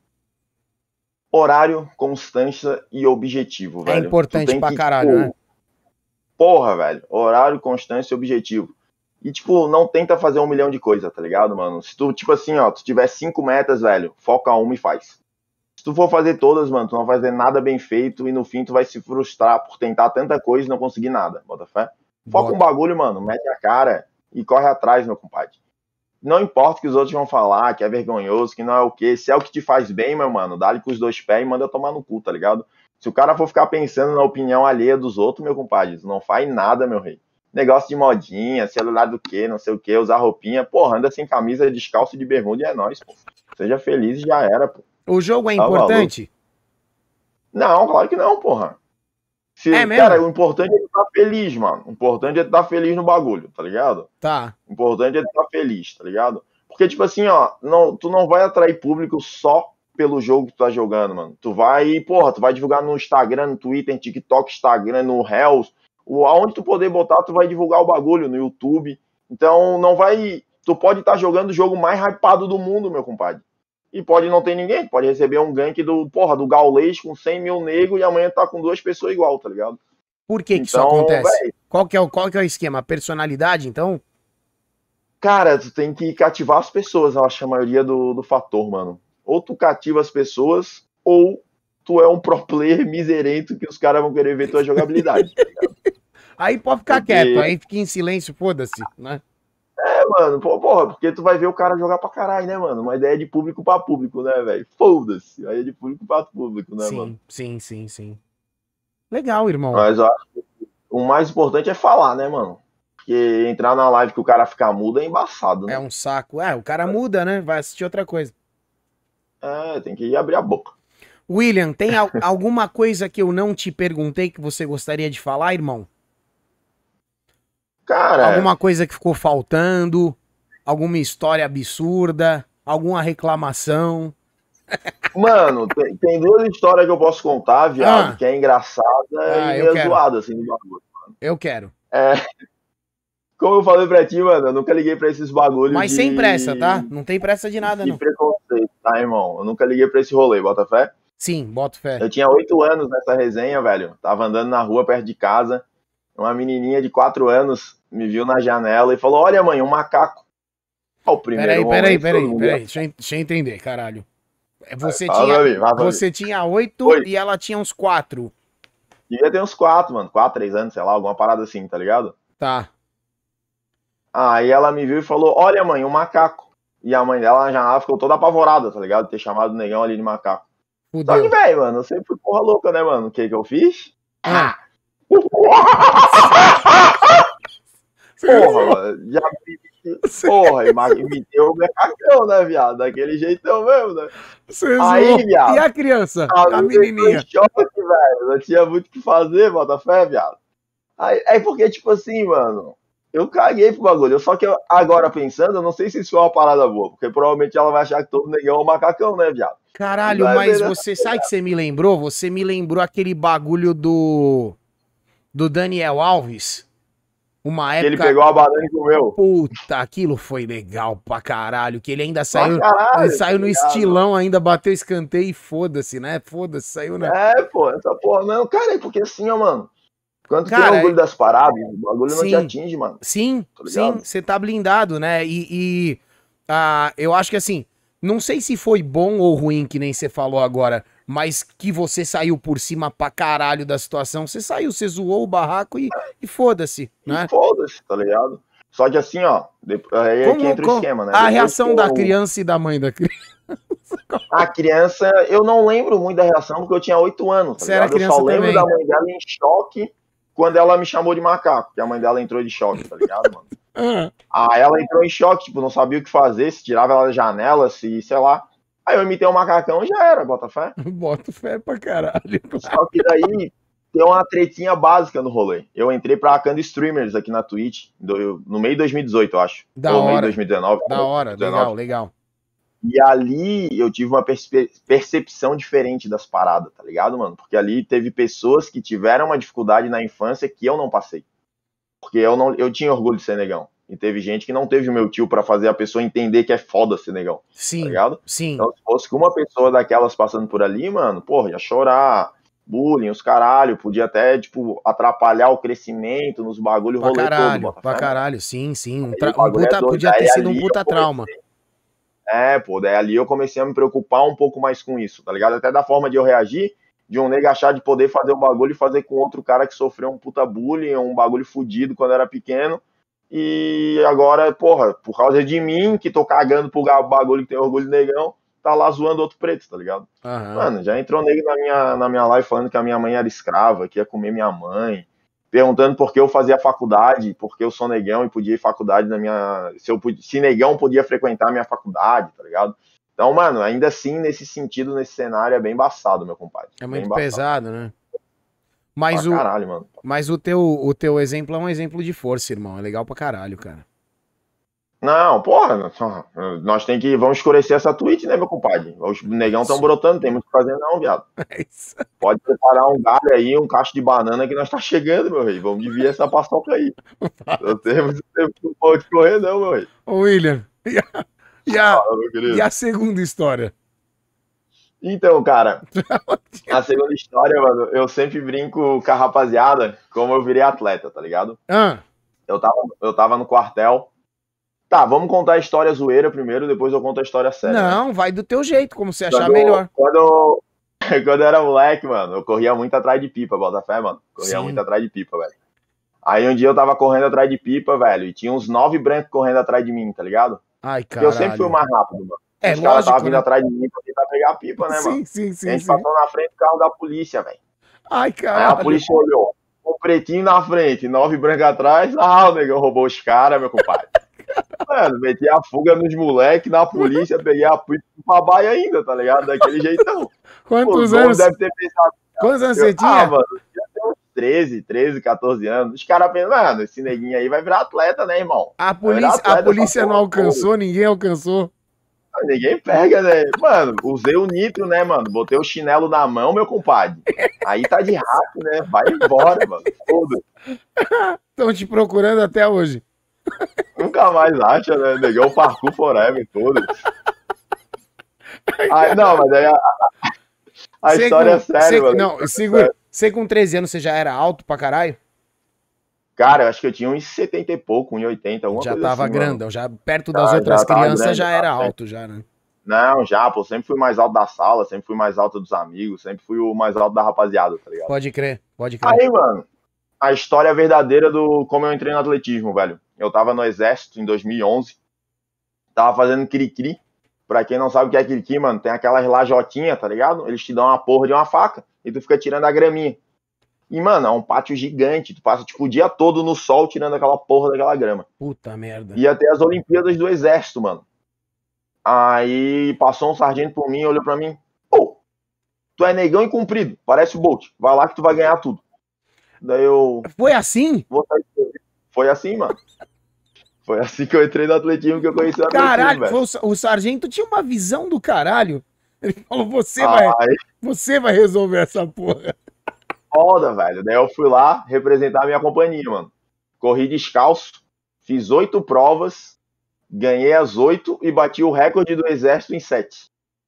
horário, constância e objetivo, É velho. Tu importante tem pra que, caralho, tipo, né? porra, velho. Horário, constância e objetivo. E, tipo, não tenta fazer um milhão de coisas, tá ligado, mano? Se tu, tipo assim, ó, tu tiver cinco metas, velho, foca uma e faz. Se tu for fazer todas, mano, tu não vai fazer nada bem feito e no fim tu vai se frustrar por tentar tanta coisa e não conseguir nada, bota fé? Foca um Bota. bagulho, mano, mete a cara e corre atrás, meu compadre. Não importa o que os outros vão falar, que é vergonhoso, que não é o quê. Se é o que te faz bem, meu mano, dá-lhe com os dois pés e manda tomar no cu, tá ligado? Se o cara for ficar pensando na opinião alheia dos outros, meu compadre, não faz nada, meu rei. Negócio de modinha, celular do quê, não sei o quê, usar roupinha. Porra, anda sem camisa, descalço de bermuda e é nóis, pô. Seja feliz e já era, pô. O jogo é Tá importante? Não, claro que não, porra. Se, É mesmo? cara, o importante é tu estar feliz, mano. O importante é tu estar feliz no bagulho, tá ligado? Tá. O importante é tu estar feliz, tá ligado? Porque, tipo assim, ó, não, tu não vai atrair público só pelo jogo que tu tá jogando, mano. Tu vai, porra, tu vai divulgar no Instagram, no Twitter, no TikTok, Instagram, no Reels. O, aonde tu poder botar, tu vai divulgar o bagulho, no YouTube. Então, não vai... Tu pode estar jogando o jogo mais hypado do mundo, meu compadre. E pode não ter ninguém, pode receber um gank do, porra, do Gaules com cem mil negros e amanhã tá com duas pessoas igual, tá ligado? Por que que isso Então, acontece? véi, Qual que é o, qual que é o esquema? Personalidade, então? cara, tu tem que cativar as pessoas, eu acho que a maioria do, do fator, mano. Ou tu cativa as pessoas, ou tu é um pro player miserento que os caras vão querer ver tua jogabilidade, tá ligado? Aí pode ficar Porque, quieto, aí fica em silêncio, foda-se, né? é, mano, pô, porra, porque tu vai ver o cara jogar pra caralho, né, mano? Uma ideia de público pra público, né, velho? Foda-se, aí é de público pra público, né, mano? Sim, sim, sim, sim. Legal, irmão. Mas eu acho que o mais importante é falar, né, mano? Porque entrar na live que o cara ficar mudo é embaçado, né? É um saco. É, o cara muda, né? Vai assistir outra coisa. É, tem que ir abrir a boca. William, tem al- alguma coisa que eu não te perguntei que você gostaria de falar, irmão? Cara, Alguma coisa que ficou faltando? Alguma história absurda? Alguma reclamação? mano, tem, tem duas histórias que eu posso contar, viado, Ah. que é engraçada Ah, e eu meio quero. zoada, assim, do bagulho. Eu quero. É, como eu falei pra ti, mano, eu nunca liguei pra esses bagulhos Mas de... sem pressa, tá? Não tem pressa de nada, de não. preconceito, tá, irmão? Eu nunca liguei pra esse rolê, bota fé? Sim, boto fé. Eu tinha oito anos nessa resenha, velho. Tava andando na rua perto de casa. Uma menininha de quatro anos me viu na janela e falou: Olha, mãe, um macaco. Ó, o primeiro Peraí, peraí, momento, todo peraí, mundo- peraí. Deixa eu, deixa eu entender, caralho. É, Você Fala tinha, pra mim, fala pra mim. você tinha oito Oi. e ela tinha uns quatro. Devia ter uns quatro, mano. Quatro, três anos, sei lá, alguma parada assim, tá ligado? Tá. Aí ela me viu e falou: Olha, mãe, um macaco. E a mãe dela na janela ficou toda apavorada, tá ligado? Ter chamado o negão ali de macaco. Só que, Fudeu. velho, mano, eu sempre fui porra louca, né, mano? O que que eu fiz? Ah. Porra, mano, já porra, imitei o macacão, né, viado? Daquele jeitão mesmo, né? Você Aí, zoou. viado. E a criança? Ah, A me menininha? deixou em choque, velho. Não tinha muito o que fazer, bota fé, viado. Aí, é porque, tipo assim, mano, Eu caguei pro bagulho. Só que eu, agora pensando, eu não sei se isso foi uma parada boa, porque provavelmente ela vai achar que todo negão é um macacão, né, viado? Caralho, Vai ver mas nessa você sabe que você me lembrou? Você me lembrou aquele bagulho do do Daniel Alves. Uma que ele época, pegou a banana e comeu. puta, aquilo foi legal pra caralho, que ele ainda Pra saiu, ele caralho, tá saiu no ligado? estilão, ainda bateu escanteio e foda-se, né? Foda-se, saiu na... É, pô, essa porra. Não, cara, é porque assim, ó, mano. Quando tu tem Cara, orgulho é- das paradas, o bagulho não te sim, atinge, mano. sim, Tá sim, ligado? você tá blindado, né? E, e ah, eu acho que assim, não sei se foi bom ou ruim, que nem você falou agora, mas que você saiu por cima pra caralho da situação. Você saiu, você zoou o barraco e, e foda-se, E né? foda-se, tá ligado? Só que assim, ó, depois, aí é que Como, entra o como esquema, né? a Depois que reação da eu. criança e da mãe da criança? A criança, eu não lembro muito da reação, porque eu tinha oito anos, tá Você era ligado? Eu só criança lembro da também. mãe dela em choque quando ela me chamou de macaco, que a mãe dela entrou de choque, tá ligado, mano? Ah, Aí ela entrou em choque, tipo, não sabia o que fazer, se tirava ela da janela, se, sei lá. Aí eu imitei o macacão e já era, bota fé. boto fé pra caralho. Só que daí tem uma tretinha básica no rolê. Eu entrei pra Akanda Streamers aqui na Twitch, do- no meio de dois mil e dezoito, eu acho. Da Ou no meio de hora, dois mil e dezenove. da hora, legal, dois mil e dezenove. legal. E ali eu tive uma perspe- percepção diferente das paradas, tá ligado, mano? Porque ali teve pessoas que tiveram uma dificuldade na infância que eu não passei. Porque eu, não, eu tinha orgulho de ser negão. E teve gente que não teve o meu tio pra fazer a pessoa entender que é foda ser negão, tá Sim, ligado? sim, Então, se fosse com uma pessoa daquelas passando por ali, mano, porra, ia chorar, bullying, os caralho, podia até, tipo, atrapalhar o crescimento nos bagulho, pra rolê todo, caralho, bota pra fé, mano. caralho, sim, sim. Um, Aí o tra- um bagulho é puta, doido. podia ter Daí sido um ali eu puta trauma. comecei. É, pô, daí ali eu comecei a me preocupar um pouco mais com isso, tá ligado? Até da forma de eu reagir, de um nego achar de poder fazer um bagulho e fazer com outro cara que sofreu um puta bullying, um bagulho fudido quando era pequeno. E agora, porra, por causa de mim, que tô cagando pro bagulho que tem orgulho de negão, tá lá zoando outro preto, tá ligado? Aham. Mano, já entrou nego na minha, na minha live falando que a minha mãe era escrava, que ia comer minha mãe, perguntando por que eu fazia faculdade, porque eu sou negão e podia ir faculdade na minha. Se, eu podia, se negão podia frequentar a minha faculdade, tá ligado? Então, mano, ainda assim, nesse sentido, nesse cenário, é bem embaçado, meu compadre. É Bem muito embaçado. pesado, né? Pra Mas o, caralho, mano. mas o teu, o teu exemplo é um exemplo de força, irmão. É legal pra caralho, cara. Não, porra, nós tem que. Vamos escurecer essa tweet, né, meu compadre? Os negão estão Isso. brotando, tem muito o que fazer, não, viado. É isso. Pode preparar um galho aí, um cacho de banana que nós tá chegando, meu rei. Vamos dividir essa paçoca aí. Não temos tempo que pode correr, não, meu rei. Ô, William, e a, e a, Fala, meu e querido. a segunda história? Então, cara, a segunda história, mano, eu sempre brinco com a rapaziada como eu virei atleta, tá ligado? Ah, Eu tava, eu tava no quartel. Tá, vamos contar a história zoeira primeiro, depois eu conto a história séria, né? não, vai do teu jeito, como você achar Quando, melhor. quando, quando eu era moleque, mano, eu corria muito atrás de pipa, bota fé, mano. Corria muito Sim. atrás de pipa, velho. Aí um dia eu tava correndo atrás de pipa, velho, e tinha uns nove brancos correndo atrás de mim, tá ligado? Ai, Porque eu sempre fui o caralho. mais rápido, mano. É Os caras estavam lógico, vindo né? atrás de mim pra tentar pegar a pipa, né, mano? Sim, sim, E a sim, gente sim. passou na frente do carro da polícia, velho. Ai, Aí a caralho. polícia olhou, um pretinho na frente, nove brancos atrás. Ah, o negão roubou os caras, meu compadre. Mano, meti a fuga nos moleques, na polícia, peguei a pipa pra baia ainda, tá ligado? Daquele jeitão. Quantos Os homens anos? devem ter pensado. Quantos anos Eu, você ah, tinha? mano, eu tinha uns treze, treze, catorze anos. Os caras pensam, mano, esse neguinho aí vai virar atleta, né, irmão? A Vai virar polícia, a atleta, polícia essa não porra alcançou, ninguém alcançou. toda. Ninguém pega, né? Mano, usei o nitro, né, mano? Botei o chinelo na mão, meu compadre. Aí tá de rato, né? Vai embora, mano. Foda. Estão te procurando até hoje. Nunca mais acha, né? Negão parkour forever, todo. Aí, não, mas aí a, a Você história é com, séria, você- mano. não, segura. Você com treze anos, você já era alto pra caralho? Cara, eu acho que eu tinha uns setenta e pouco, uns oitenta, alguma Já coisa tava assim, mano. grandão, já perto das Já, outras já tava crianças grande, já já era tava alto já, né? Não, já, pô, sempre fui mais alto da sala, sempre fui mais alto dos amigos, sempre fui o mais alto da rapaziada, tá ligado? Pode crer, pode crer. Aí, mano, a história verdadeira do como eu entrei no atletismo, velho. Eu tava no exército em dois mil e onze, tava fazendo cri-cri. Pra quem não sabe o que é cri-cri, mano, tem aquelas lajotinhas, tá ligado? Eles te dão uma porra de uma faca e tu fica tirando a graminha. E, mano, é um pátio gigante, tu passa, tipo, o dia todo no sol tirando aquela porra daquela grama. Puta merda. Ia ter as Olimpíadas do Exército, mano. Aí passou um sargento por mim, olhou pra mim. Pô, tu é negão e comprido, parece o Bolt. Vai lá que tu vai ganhar tudo. Daí eu. Foi assim? Vou sair. Foi foi assim, mano. Foi assim que eu entrei no atletismo, que eu conheci o atletismo, Caralho, velho. o, o sargento tinha uma visão do caralho. Ele falou, você, Ah, vai, aí, você vai resolver essa porra. foda, velho. Daí eu fui lá representar a minha companhia, mano. Corri descalço, fiz oito provas, ganhei as oito e bati o recorde do exército em sete.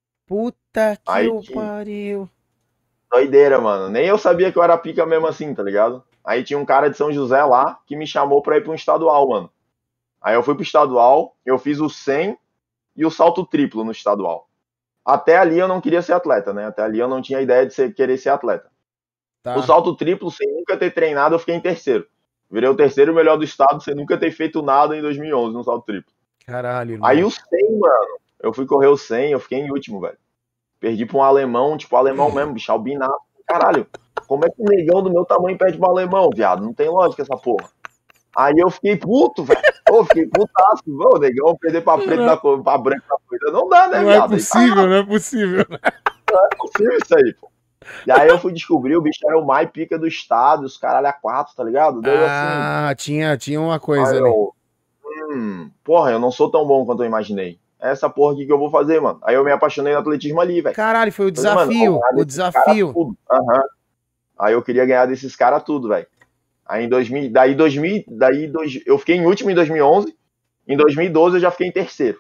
Puta que Aí, eu que pariu. doideira, mano. Nem eu sabia que eu era pica mesmo assim, tá ligado? Aí tinha um cara de São José lá que me chamou pra ir pra um estadual, mano. Aí eu fui pro estadual, eu fiz o cem e o salto triplo no estadual. Até ali eu não queria ser atleta, né? Até ali eu não tinha ideia de ser, querer ser atleta. Tá. O salto triplo, sem nunca ter treinado, eu fiquei em terceiro. Virei o terceiro melhor do estado, sem nunca ter feito nada em dois mil e onze no salto triplo. Caralho, irmão. Aí o cem, mano, eu fui correr o cem, eu fiquei em último, velho. Perdi pra um alemão, tipo alemão mesmo, bicho, albinato. Caralho, como é que um negão do meu tamanho perde pra um alemão, viado? Não tem lógica essa porra. Aí eu fiquei puto, velho. Ô, fiquei putaço. Ô, negão, perder pra preto na cor, pra branco na corrida. Não dá, né, Não viado? é possível, não é possível. Não é possível isso aí, pô. E aí eu fui descobrir, o bicho era o mais pica do estado, os caralho a quatro, tá ligado? Daí eu assim. Ah, tinha, tinha uma coisa Aí ali. eu, hum, porra, eu não sou tão bom quanto eu imaginei. É essa porra aqui que eu vou fazer, mano. Aí eu me apaixonei no atletismo ali, velho. Caralho, foi o Falei, mano, desafio, vou ganhar o desses caras desafio. tudo. Aham. Aí eu queria ganhar desses caras tudo, velho. Aí em dois mil, daí dois mil, daí dois, eu fiquei em último em dois mil e onze. Em dois mil e doze eu já fiquei em terceiro.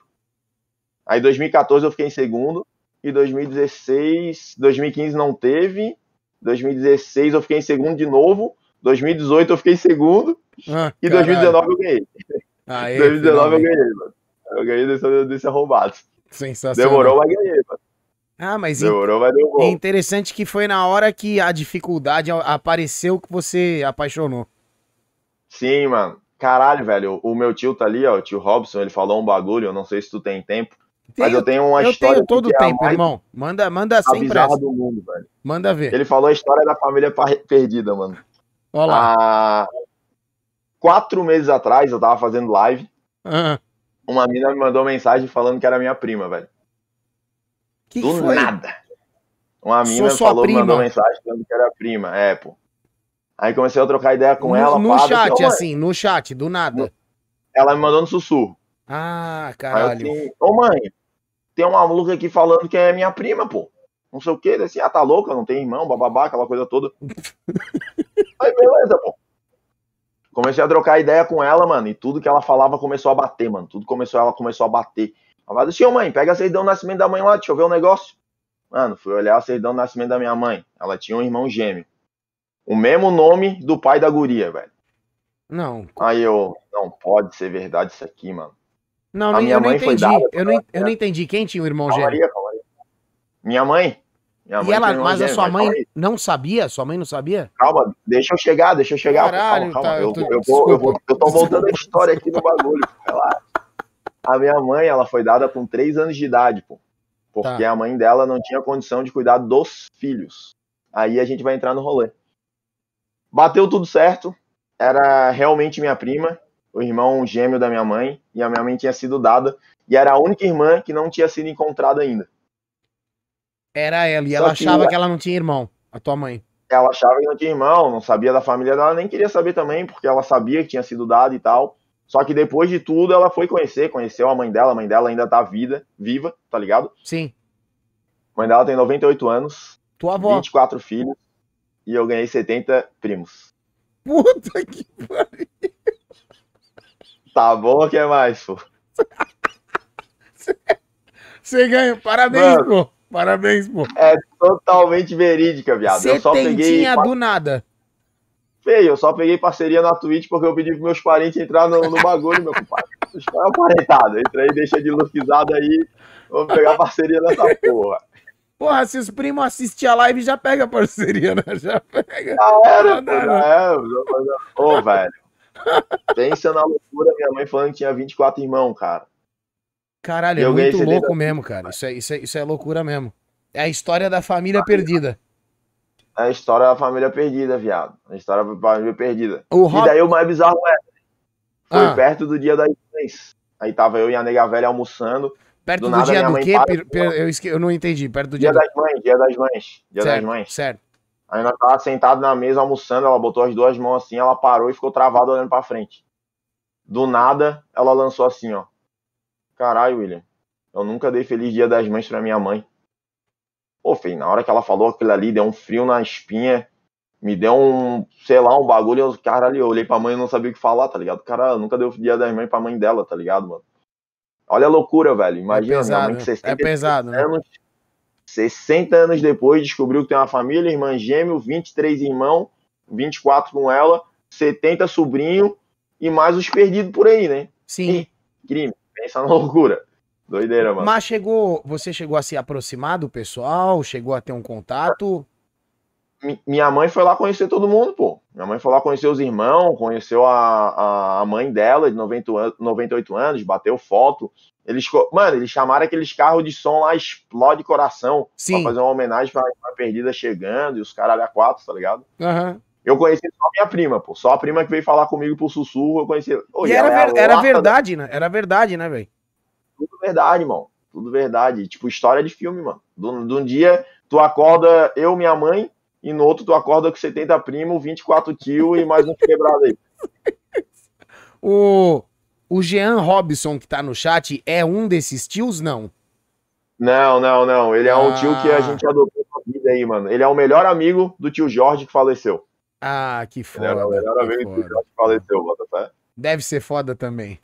Aí em dois mil e quatorze eu fiquei em segundo. E dois mil e dezesseis, dois mil e quinze não teve. dois mil e dezesseis eu fiquei em segundo de novo. dois mil e dezoito eu fiquei em segundo. Ah, E dois mil e dezenove eu ganhei. Aê, dois mil e dezenove eu finalmente. ganhei, mano. Eu ganhei desse, desse arrombado. Sensacional. Demorou, mas ganhei, mano. Ah, mas Demorou, mas deu é bom. interessante que foi na hora que a dificuldade apareceu que você apaixonou. Sim, mano. Caralho, velho. O meu tio tá ali, ó. O tio Robson, ele falou um bagulho. Eu não sei se tu tem tempo. Mas eu tenho uma eu história tenho todo que o é a tempo, mais irmão. Manda, manda sem bizarra pressa. do mundo, velho. Manda ver. Ele falou a história da família par- perdida, mano. Olha lá. Há quatro meses atrás, eu tava fazendo live. Ah, Uma mina me mandou mensagem falando que era minha prima, velho. que Do que foi? nada. Uma Sou mina sua falou, me mandou prima. mensagem falando que era prima. É, pô. Aí comecei a trocar ideia com No, ela. no pá, disse, chat, "Ô, mãe." assim, no chat, do nada. Ela me mandou no sussurro. Ah, Aí eu caralho. assim, ô mãe, tem uma maluca aqui falando que é minha prima, pô. Não sei o que, assim, ah, tá louca, não tem irmão, bababá, aquela coisa toda. Aí beleza, pô. Comecei a trocar ideia com ela, mano, e tudo que ela falava começou a bater, mano. Tudo começou, ela começou a bater. Ela falou assim, ô mãe, pega a certidão do nascimento da mãe lá, deixa eu ver o negócio. Mano, fui olhar a certidão do nascimento da minha mãe. Ela tinha um irmão gêmeo. O mesmo nome do pai da guria, velho. Não. Aí eu, não pode ser verdade isso aqui, mano. Não, A nem- minha eu não mãe foi entendi. dada Eu não, eu não entendi. Quem tinha o irmão Calma gêmeo? aí, calma aí. Minha mãe? Minha E mãe ela, tinha um irmão mas a gêmeo, sua mas mãe calma aí. não sabia? Sua mãe não sabia? Calma, deixa eu chegar, deixa eu chegar. pô. Caralho, calma, calma. tá, eu, eu tô- vou- eu, vou, eu, desculpa, vou, eu tô voltando a história aqui no bagulho. pô, Relaxa. A minha mãe, ela foi dada com três anos de idade, pô. Porque Tá. a mãe dela não tinha condição de cuidar dos filhos. Aí a gente vai entrar no rolê. Bateu tudo certo. Era realmente minha prima, o irmão gêmeo da minha mãe. E a minha mãe tinha sido dada. E era a única irmã que não tinha sido encontrada ainda. Era ela, e Só ela que achava que ela não tinha irmão, a tua mãe. ela achava que não tinha irmão, não sabia da família dela, nem queria saber também, porque ela sabia que tinha sido dado e tal. Só que depois de tudo, ela foi conhecer, conheceu a mãe dela, a mãe dela ainda tá vida, viva, tá ligado? Sim. A mãe dela tem noventa e oito anos, Tua avó. vinte e quatro filhos, e eu ganhei setenta primos. Puta que pariu. Tá bom, o que mais, pô? Você ganha. Parabéns, Mano. pô. Parabéns, pô. É totalmente verídica, viado. Eu só peguei. Setentinha do nada. Feio, eu só peguei parceria na Twitch porque eu pedi pros meus parentes entrar no, no bagulho, meu compadre. Os caras aparentados. Entra aí, deixa de lufizada aí. Vamos pegar parceria nessa porra. Porra, se os primos assistem a live, já pega a parceria, né? Já pega. Já era, Não pô, dá, já não. era. Ô, velho. Pensa na loucura, minha mãe falando que tinha vinte e quatro irmãos, cara. Caralho, E é eu ganhei muito setenta louco mesmo, cara. Isso é, isso, é, isso é loucura mesmo. É a história da família perdida. É a história da família perdida, viado. A história da família perdida. O E Rob... daí o mais bizarro é, foi Ah. perto do dia das mães. Aí tava eu e a nega velha almoçando. Perto do do, nada dia minha do mãe quê? para- Per- per- eu, esque... eu não entendi. Perto do dia, Dia do... das mães, dia das mães. Dia certo, das mães. certo. Aí nós tava sentado na mesa almoçando, ela botou as duas mãos assim, ela parou e ficou travada olhando pra frente. do nada, ela lançou assim, ó. Caralho, William, eu nunca dei Feliz Dia das Mães pra minha mãe. Pô, feio, na hora que ela falou aquilo ali, deu um frio na espinha, me deu um, sei lá, um bagulho, eu, caralho, eu olhei pra mãe e não sabia o que falar, tá ligado? Cara, nunca deu Dia das Mães pra mãe dela, tá ligado, mano? Olha a loucura, velho. Imagina, é pesado, minha mãe com é pesado, anos, né? sessenta anos depois, descobriu que tem uma família, irmã gêmeo, vinte e três irmãos, vinte e quatro com ela, setenta sobrinhos e mais os perdidos por aí, né? Sim. E, crime, pensa na loucura. Doideira, mano. Mas chegou, você chegou a se aproximar do pessoal? Chegou a ter um contato? Minha mãe foi lá conhecer todo mundo, pô. Minha mãe foi lá conhecer os irmãos, conheceu a, a mãe dela, de noventa, noventa e oito anos, bateu foto. Eles, mano, eles chamaram aqueles carros de som lá, Explode Coração, Sim. pra fazer uma homenagem pra uma perdida chegando e os caralho a quatro, tá ligado? Uhum. Eu conheci só minha prima, pô. Só a prima que veio falar comigo por sussurro, eu conheci. Oh, e e era, ver, é era verdade, da... né? Era verdade, né, velho? Tudo verdade, irmão. Tudo verdade. Tipo, história de filme, mano. De um dia, tu acorda, eu, minha mãe, e no outro tu acorda com setenta primos, vinte e quatro tio e mais uns quebrados aí. O, o Jean Robson que tá no chat é um desses tios, não? Não, não, não. Ele é um ah. tio que a gente adotou na vida aí, mano. Ele é o melhor amigo do tio Jorge que faleceu. Ah, que foda. Ele é o melhor amigo do tio Jorge que faleceu, bota fé. Deve ser foda também.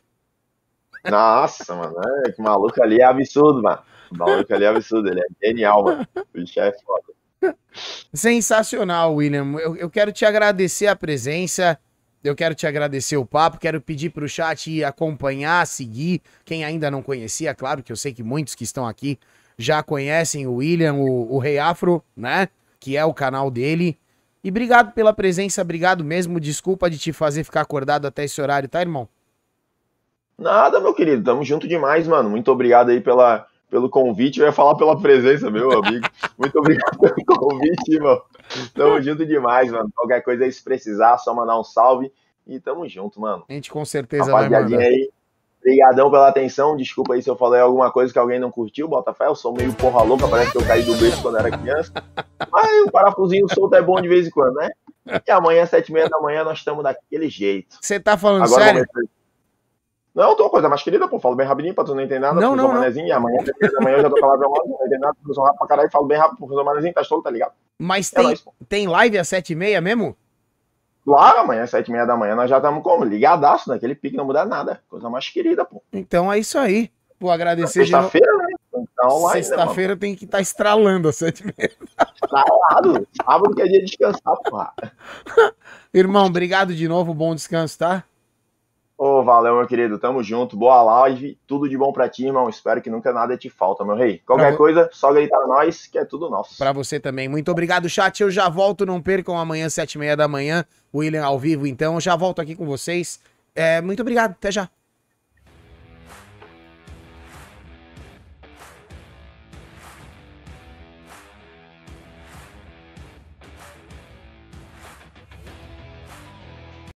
Nossa, mano. É, que maluco ali é absurdo, mano. O maluco ali é absurdo. Ele é genial, mano. O bicho é foda. Sensacional, William. Eu, eu quero te agradecer a presença. Eu quero te agradecer o papo. Quero pedir pro chat acompanhar, seguir. Quem ainda não conhecia, claro que eu sei que muitos que estão aqui já conhecem o William, o, o Rei Afro, né? Que é o canal dele. E obrigado pela presença, obrigado mesmo. Desculpa de te fazer ficar acordado até esse horário, tá, irmão? Nada, meu querido. Tamo junto demais, mano. Muito obrigado aí pela, pelo convite. Eu ia falar pela presença, meu amigo. Muito obrigado pelo convite, irmão. Tamo junto demais, mano. Qualquer coisa aí, se precisar, só mandar um salve. E tamo junto, mano. A gente com certeza vai mandar. Aí. Obrigadão pela atenção. Desculpa aí se eu falei alguma coisa que alguém não curtiu, Botafé. Eu sou meio porra louca, parece que eu caí do berço quando era criança. Mas o parafusinho solto é bom de vez em quando, né? E amanhã, sete e meia da manhã, nós estamos daquele jeito. Você tá falando Agora, sério? Não, tô uma coisa mais querida, pô. Falo bem rapidinho pra tu não entender nada. Não, não, não. E amanhã, sete e meia da manhã, eu já tô falando bem rápido, não entender nada. Professor rápido pra caralho, falo bem rápido, professor manezinho, tá todo, tá ligado? Mas tem, é nóis, tem live às sete e meia mesmo? Claro, amanhã, sete e meia da manhã, nós já estamos como? Ligadaço, naquele pique, não muda nada. Coisa mais querida, pô. Então é isso aí. Vou agradecer. Sexta-feira, né? Então, Sexta-feira tem que estar tá estralando às sete e meia. Estralado. Sábado que é dia de descansar, porra. Irmão, obrigado de novo. Bom descanso, tá? Ô, oh, valeu, meu querido. Tamo junto. Boa live. Tudo de bom pra ti, irmão. Espero que nunca nada te falta, meu rei. Qualquer pra coisa, só gritar nós, que é tudo nosso. Pra você também. Muito obrigado, chat. Eu já volto. Não percam amanhã, sete e meia da manhã. William ao vivo, então. Eu já volto aqui com vocês. É, muito obrigado. Até já.